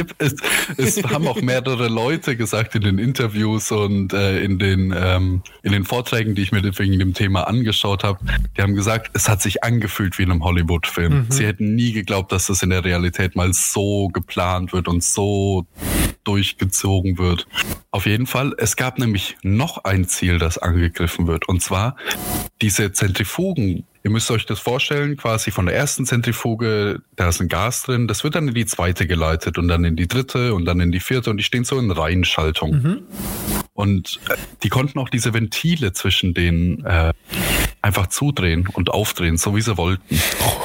Es haben auch mehrere Leute gesagt in den Interviews und in den Vorträgen, die ich mir wegen dem Thema angeschaut habe, die haben gesagt, es hat sich angefühlt wie in einem Hollywood-Film. Mhm. Sie hätten nie geglaubt, dass das in der Realität mal so geplant wird und so durchgezogen wird. Auf jeden Fall, es gab nämlich noch ein Ziel, das angegriffen wird, und zwar diese Zentrifugen. Ihr müsst euch das vorstellen, quasi von der ersten Zentrifuge, da ist ein Gas drin, das wird dann in die zweite geleitet und dann in die dritte und dann in die vierte und die stehen so in Reihenschaltung. Mhm. Und die konnten auch diese Ventile zwischen denen einfach zudrehen und aufdrehen, so wie sie wollten.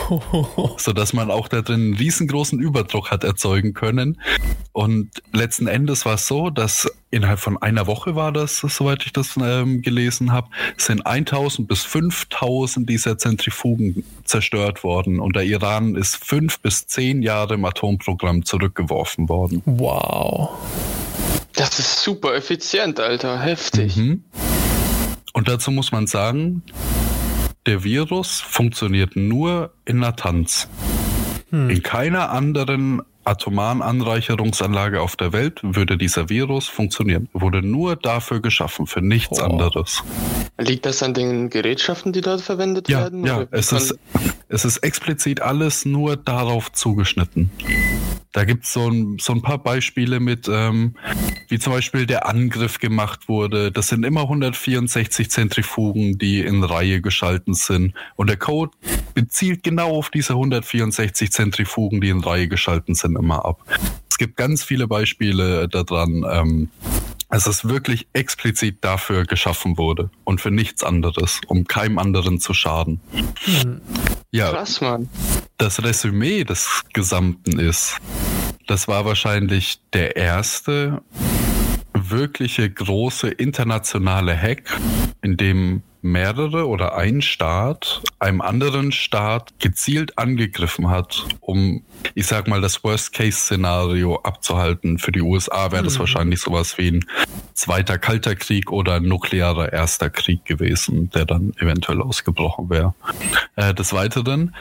Sodass man auch da drin einen riesengroßen Überdruck hat erzeugen können. Und letzten Endes war es so, dass innerhalb von einer Woche war das, soweit ich das gelesen habe, sind 1000 bis 5000 dieser Zentrifugen zerstört worden. Und der Iran ist 5 bis 10 Jahre im Atomprogramm zurückgeworfen worden. Wow. Das ist super effizient, Alter. Heftig. Mhm. Und dazu muss man sagen, der Virus funktioniert nur in Natanz. In keiner anderen atomaren Anreicherungsanlage auf der Welt würde dieser Virus funktionieren. Wurde nur dafür geschaffen, für nichts anderes. Liegt das an den Gerätschaften, die dort verwendet werden? Ja, es ist explizit alles nur darauf zugeschnitten. Da gibt es so ein paar Beispiele mit, wie zum Beispiel der Angriff gemacht wurde. Das sind immer 164 Zentrifugen, die in Reihe geschalten sind. Und der Code bezielt genau auf diese 164 Zentrifugen, die in Reihe geschalten sind, immer ab. Es gibt ganz viele Beispiele daran, dass es wirklich explizit dafür geschaffen wurde und für nichts anderes, um keinem anderen zu schaden. Ja, krass, Mann. Das Resümee des Gesamten ist, das war wahrscheinlich der erste wirkliche große internationale Hack, in dem mehrere oder ein Staat einem anderen Staat gezielt angegriffen hat, um, ich sag mal, das Worst-Case-Szenario abzuhalten. Für die USA wäre das wahrscheinlich sowas wie ein zweiter Kalter Krieg oder ein nuklearer Erster Krieg gewesen, der dann eventuell ausgebrochen wäre. Des Weiteren,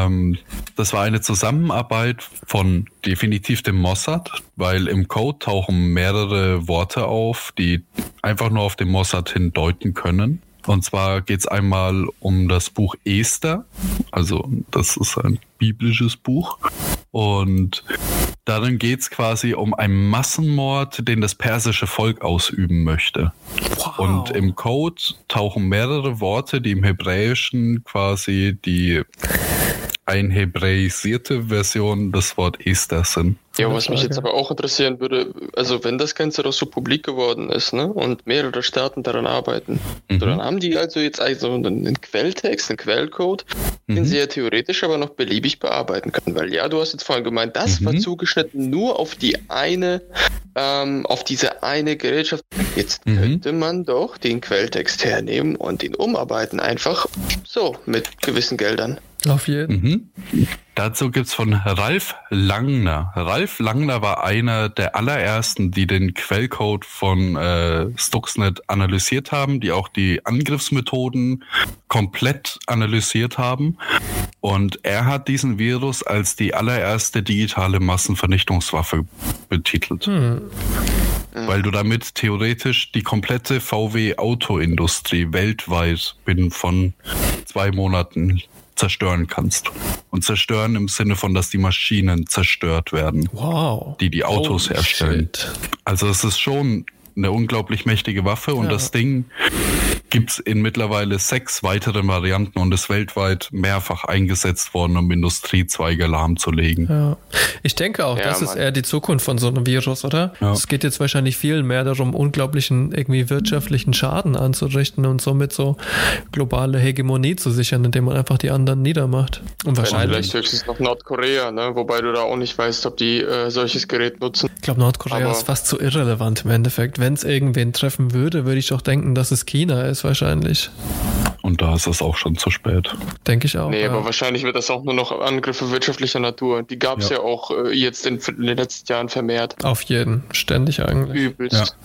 das war eine Zusammenarbeit von definitiv dem Mossad, weil im Code tauchen mehrere Worte auf, die einfach nur auf den Mossad hindeuten können. Und zwar geht es einmal um das Buch Esther, also das ist ein biblisches Buch. Und darin geht es quasi um einen Massenmord, den das persische Volk ausüben möchte. Wow. Und im Code tauchen mehrere Worte, die im Hebräischen quasi die einhebräisierte Version des Wort Esther sind. Ja, was mich jetzt aber auch interessieren würde, also wenn das Ganze doch so publik geworden ist, ne, und mehrere Staaten daran arbeiten, so, dann haben die also jetzt also einen Quelltext, einen Quellcode, den sie ja theoretisch aber noch beliebig bearbeiten können, weil ja, du hast jetzt vorhin gemeint, das war zugeschnitten nur auf die eine auf diese eine Gerätschaft. Jetzt könnte man doch den Quelltext hernehmen und ihn umarbeiten, einfach so, mit gewissen Geldern. Auf jeden. Dazu gibt's von Ralf Langner. Ralf Langner war einer der allerersten, die den Quellcode von Stuxnet analysiert haben, die auch die Angriffsmethoden komplett analysiert haben. Und er hat diesen Virus als die allererste digitale Massenvernichtungswaffe betitelt. Weil du damit theoretisch die komplette VW-Autoindustrie weltweit binnen von 2 Monaten zerstören kannst. Und zerstören im Sinne von, dass die Maschinen zerstört werden, die Autos herstellen. Shit. Also es ist schon eine unglaublich mächtige Waffe und das Ding gibt's in mittlerweile 6 weiteren Varianten und ist weltweit mehrfach eingesetzt worden, um Industriezweige lahmzulegen. Ja. Ich denke auch, das ist eher die Zukunft von so einem Virus, oder? Ja. Es geht jetzt wahrscheinlich viel mehr darum, unglaublichen irgendwie wirtschaftlichen Schaden anzurichten und somit so globale Hegemonie zu sichern, indem man einfach die anderen niedermacht. Und wahrscheinlich Vielleicht höchstens noch Nordkorea, ne? Wobei du da auch nicht weißt, ob die solches Gerät nutzen. Ich glaube, Nordkorea ist fast zu irrelevant im Endeffekt. Wenn es irgendwen treffen würde, würde ich doch denken, dass es China ist wahrscheinlich. Und da ist es auch schon zu spät. Denke ich auch. Nee, aber wahrscheinlich wird das auch nur noch Angriffe wirtschaftlicher Natur. Die gab es ja auch jetzt in den letzten Jahren vermehrt. Auf jeden, ständig eigentlich. Übelst.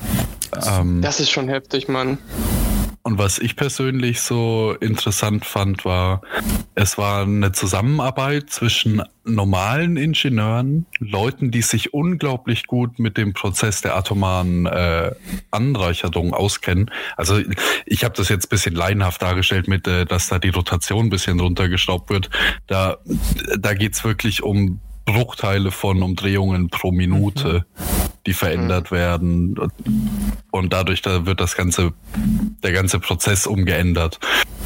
Das ist schon heftig, Mann. Und was ich persönlich so interessant fand, war, es war eine Zusammenarbeit zwischen normalen Ingenieuren, Leuten, die sich unglaublich gut mit dem Prozess der atomaren Anreicherung auskennen. Also ich habe das jetzt ein bisschen laienhaft dargestellt, mit, dass da die Rotation ein bisschen runtergeschraubt wird. Da geht's wirklich um Bruchteile von Umdrehungen pro Minute, die verändert werden. Und dadurch wird der ganze Prozess umgeändert.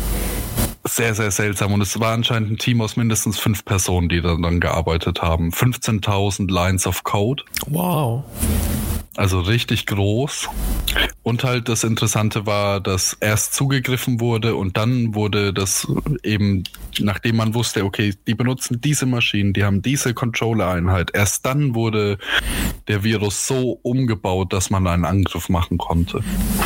Sehr, sehr seltsam. Und es war anscheinend ein Team aus mindestens 5 Personen, die dann gearbeitet haben. 15.000 Lines of Code. Wow. Also richtig groß. Und halt das Interessante war, dass erst zugegriffen wurde und dann wurde das eben, nachdem man wusste, okay, die benutzen diese Maschinen, die haben diese Controller-Einheit, erst dann wurde der Virus so umgebaut, dass man einen Angriff machen konnte.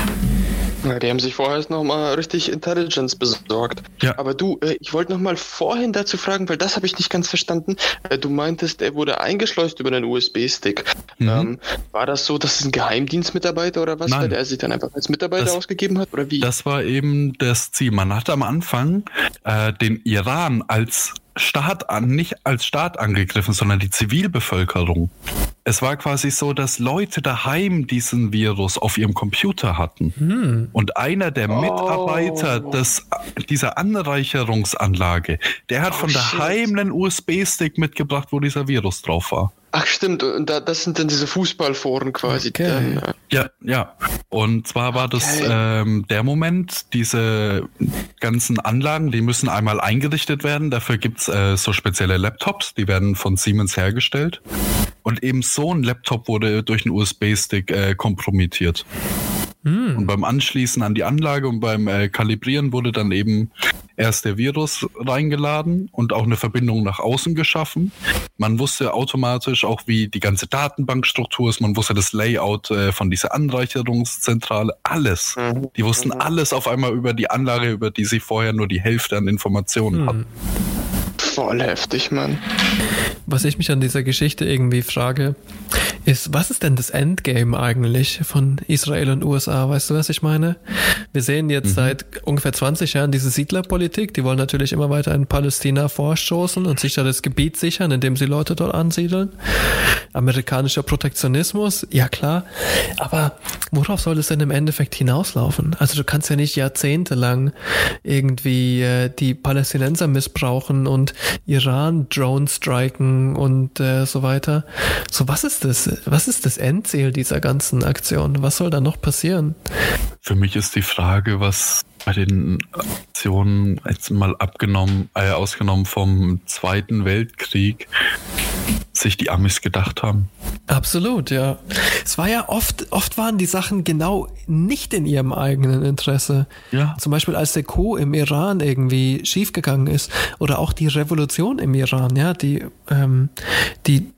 Ja, die haben sich vorher noch mal richtig Intelligence besorgt. Ja. Aber du, ich wollte noch mal vorhin dazu fragen, weil das habe ich nicht ganz verstanden. Du meintest, er wurde eingeschleust über einen USB-Stick. War das so, dass es ein Geheimdienstmitarbeiter oder was? Nein. Weil er sich dann einfach als Mitarbeiter ausgegeben hat? Oder wie? Das war eben das Ziel. Man hat am Anfang den Iran als nicht als Staat angegriffen, sondern die Zivilbevölkerung. Es war quasi so, dass Leute daheim diesen Virus auf ihrem Computer hatten. Und einer der Mitarbeiter dieser Anreicherungsanlage, der hat von daheim einen USB-Stick mitgebracht, wo dieser Virus drauf war. Ach stimmt, und das sind dann diese Fußballforen quasi. Okay. Ja. Und zwar war das der Moment, diese ganzen Anlagen, die müssen einmal eingerichtet werden. Dafür gibt's so spezielle Laptops, die werden von Siemens hergestellt. Und eben so ein Laptop wurde durch einen USB-Stick kompromittiert. Und beim Anschließen an die Anlage und beim Kalibrieren wurde dann eben erst der Virus reingeladen und auch eine Verbindung nach außen geschaffen. Man wusste automatisch auch, wie die ganze Datenbankstruktur ist. Man wusste das Layout von dieser Anreicherungszentrale. Alles. Die wussten alles auf einmal über die Anlage, über die sie vorher nur die Hälfte an Informationen hatten. Voll heftig, Mann. Was ich mich an dieser Geschichte irgendwie frage, ist, was ist denn das Endgame eigentlich von Israel und USA? Weißt du, was ich meine? Wir sehen jetzt seit ungefähr 20 Jahren diese Siedlerpolitik. Die wollen natürlich immer weiter in Palästina vorstoßen und sich da das Gebiet sichern, indem sie Leute dort ansiedeln. Amerikanischer Protektionismus, ja klar. Aber worauf soll es denn im Endeffekt hinauslaufen? Also du kannst ja nicht jahrzehntelang irgendwie die Palästinenser missbrauchen und Iran Drone striken und so weiter. So, was ist das? Was ist das Endziel dieser ganzen Aktion? Was soll da noch passieren? Für mich ist die Frage, was bei den Aktionen jetzt mal ausgenommen vom Zweiten Weltkrieg sich die Amis gedacht haben. Absolut, ja. Es war ja oft waren die Sachen genau nicht in ihrem eigenen Interesse. Ja. Zum Beispiel als der Coup im Iran irgendwie schiefgegangen ist oder auch die Revolution im Iran, ja, die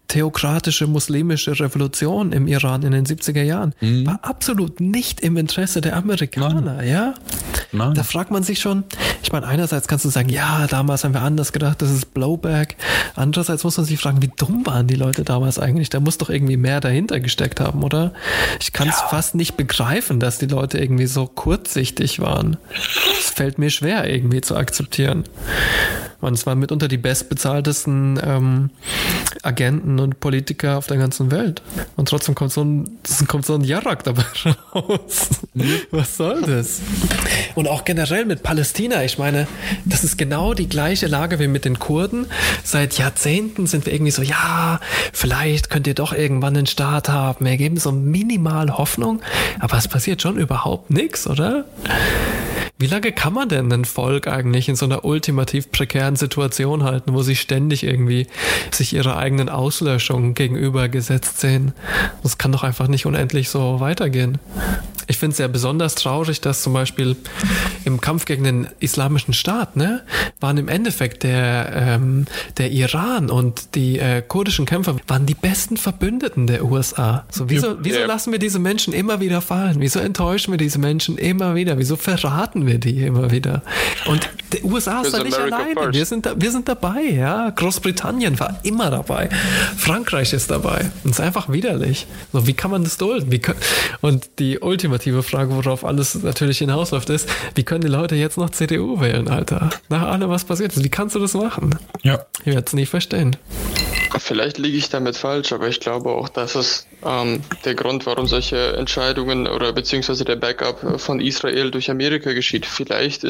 theokratische muslimische Revolution im Iran in den 70er Jahren war absolut nicht im Interesse der Amerikaner, ja? Nein. Da fragt man sich schon, ich meine, einerseits kannst du sagen, ja, damals haben wir anders gedacht, das ist Blowback. Andererseits muss man sich fragen, wie dumm waren die Leute damals eigentlich? Da muss doch irgendwie mehr dahinter gesteckt haben, oder? Ich kann es fast nicht begreifen, dass die Leute irgendwie so kurzsichtig waren. Es fällt mir schwer, irgendwie zu akzeptieren. Und es waren mitunter die bestbezahltesten Agenten und Politiker auf der ganzen Welt. Und trotzdem kommt so ein Jarak dabei raus. Was soll das? Und auch generell mit Palästina. Ich meine, das ist genau die gleiche Lage wie mit den Kurden. Seit Jahrzehnten sind wir irgendwie so, ja, vielleicht könnt ihr doch irgendwann einen Staat haben. Wir geben so minimal Hoffnung. Aber es passiert schon überhaupt nichts, oder? Wie lange kann man denn ein Volk eigentlich in so einer ultimativ prekären Situation halten, wo sie ständig irgendwie sich ihrer eigenen Auslöschung gegenübergesetzt sehen? Das kann doch einfach nicht unendlich so weitergehen. Ich finde es ja besonders traurig, dass zum Beispiel im Kampf gegen den Islamischen Staat, ne, waren im Endeffekt der Iran und die kurdischen Kämpfer waren die besten Verbündeten der USA. So, wieso lassen wir diese Menschen immer wieder fallen? Wieso enttäuschen wir diese Menschen immer wieder? Wieso verraten wir die immer wieder? Und die USA ist da nicht alleine. Wir sind dabei, ja. Großbritannien war immer dabei. Frankreich ist dabei. Und es ist einfach widerlich. So, wie kann man das dulden? Und die ultimative Frage, worauf alles natürlich hinausläuft, ist, wie können die Leute jetzt noch CDU wählen, Alter? Nach allem, was passiert ist. Wie kannst du das machen? Ja. Ich werde es nie verstehen. Vielleicht liege ich damit falsch, aber ich glaube auch, dass es der Grund, warum solche Entscheidungen oder beziehungsweise der Backup von Israel durch Amerika geschieht. Vielleicht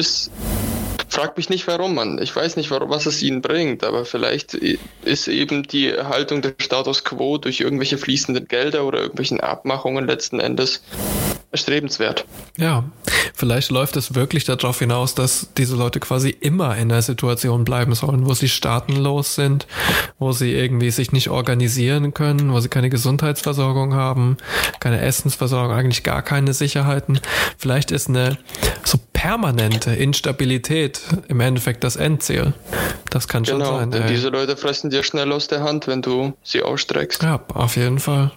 frag mich nicht warum, Mann. Ich weiß nicht, was es ihnen bringt, aber vielleicht ist eben die Haltung des Status Quo durch irgendwelche fließenden Gelder oder irgendwelchen Abmachungen letzten Endes erstrebenswert. Ja, vielleicht läuft es wirklich darauf hinaus, dass diese Leute quasi immer in einer Situation bleiben sollen, wo sie staatenlos sind, wo sie irgendwie sich nicht organisieren können, wo sie keine Gesundheitsversorgung haben, keine Essensversorgung, eigentlich gar keine Sicherheiten. Vielleicht ist eine so permanente Instabilität im Endeffekt das Endziel. Das kann schon sein. Denn diese Leute fressen dir schnell aus der Hand, wenn du sie ausstreckst. Ja, auf jeden Fall.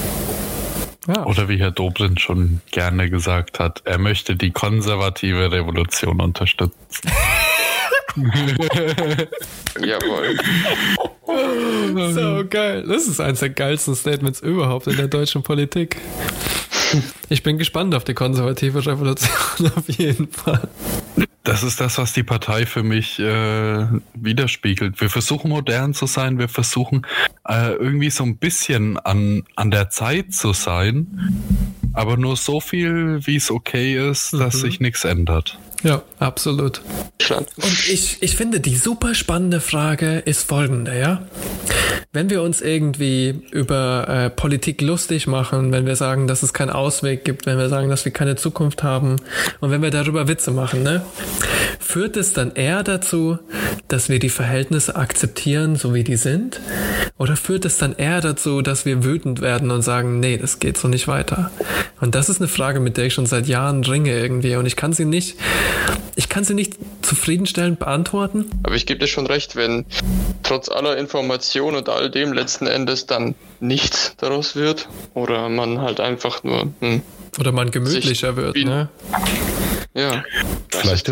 Ja. Oder wie Herr Dobrindt schon gerne gesagt hat, er möchte die konservative Revolution unterstützen. Jawohl. So geil. Das ist eines der geilsten Statements überhaupt in der deutschen Politik. Ich bin gespannt auf die konservative Revolution auf jeden Fall. Das ist das, was die Partei für mich widerspiegelt. Wir versuchen modern zu sein, wir versuchen irgendwie so ein bisschen an der Zeit zu sein, aber nur so viel, wie es okay ist, dass sich nichts ändert. Ja, absolut. Und ich finde, die super spannende Frage ist folgende, ja. Wenn wir uns irgendwie über Politik lustig machen, wenn wir sagen, dass es keinen Ausweg gibt, wenn wir sagen, dass wir keine Zukunft haben und wenn wir darüber Witze machen, ne, führt es dann eher dazu, dass wir die Verhältnisse akzeptieren, so wie die sind? Oder führt es dann eher dazu, dass wir wütend werden und sagen, nee, das geht so nicht weiter? Und das ist eine Frage, mit der ich schon seit Jahren ringe irgendwie und ich kann sie nicht zufriedenstellend beantworten. Aber ich gebe dir schon recht, wenn trotz aller Information und all dem letzten Endes dann nichts daraus wird oder man halt einfach nur oder man gemütlicher wird, ne? Ja. Vielleicht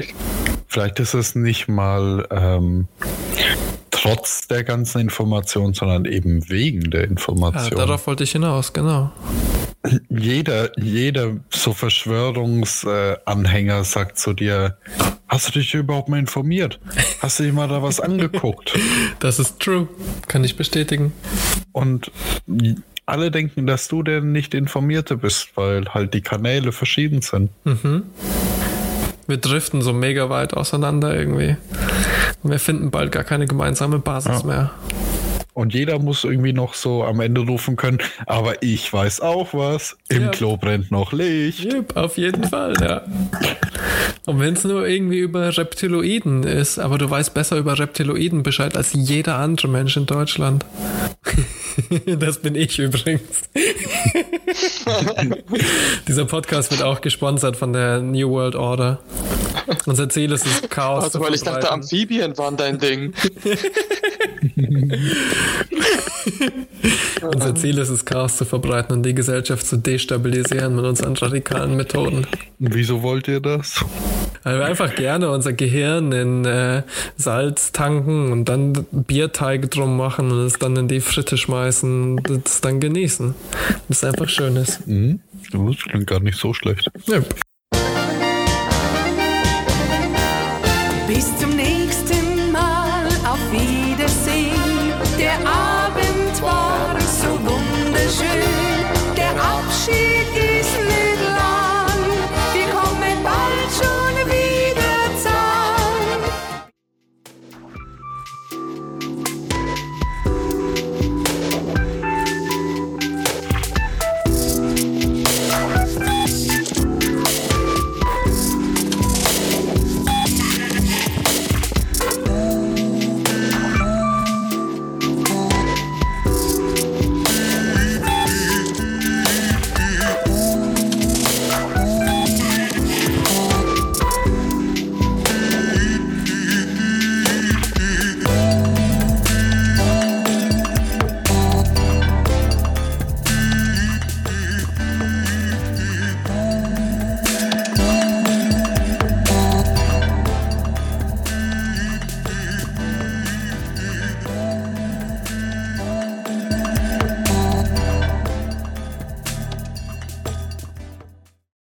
ist es nicht mal trotz der ganzen Information, sondern eben wegen der Information. Ja, darauf wollte ich hinaus, genau. Jeder so Verschwörungsanhänger sagt zu dir, hast du dich überhaupt mal informiert? Hast du dich mal da was angeguckt? Das ist true. Kann ich bestätigen. Und alle denken, dass du der nicht Informierte bist, weil halt die Kanäle verschieden sind. Mhm. Wir driften so mega weit auseinander irgendwie. Und wir finden bald gar keine gemeinsame Basis mehr. Und jeder muss irgendwie noch so am Ende rufen können, aber ich weiß auch was, im Klo brennt noch Licht. Yep, auf jeden Fall, ja. Und wenn es nur irgendwie über Reptiloiden ist, aber du weißt besser über Reptiloiden Bescheid als jeder andere Mensch in Deutschland. Das bin ich übrigens. Dieser Podcast wird auch gesponsert von der New World Order. Unser Ziel ist es, Chaos also, weil ich dachte, Amphibien waren dein Ding. Unser Ziel ist es, Chaos zu verbreiten und die Gesellschaft zu destabilisieren mit unseren radikalen Methoden. Wieso wollt ihr das? Weil wir einfach gerne unser Gehirn in Salz tanken und dann Bierteig drum machen und es dann in die Fritte schmeißen und es dann genießen. Das ist einfach Schönes. Mhm. Das klingt gar nicht so schlecht. Ja. Bis zum nächsten Mal, auf Wiedersehen, der Abend war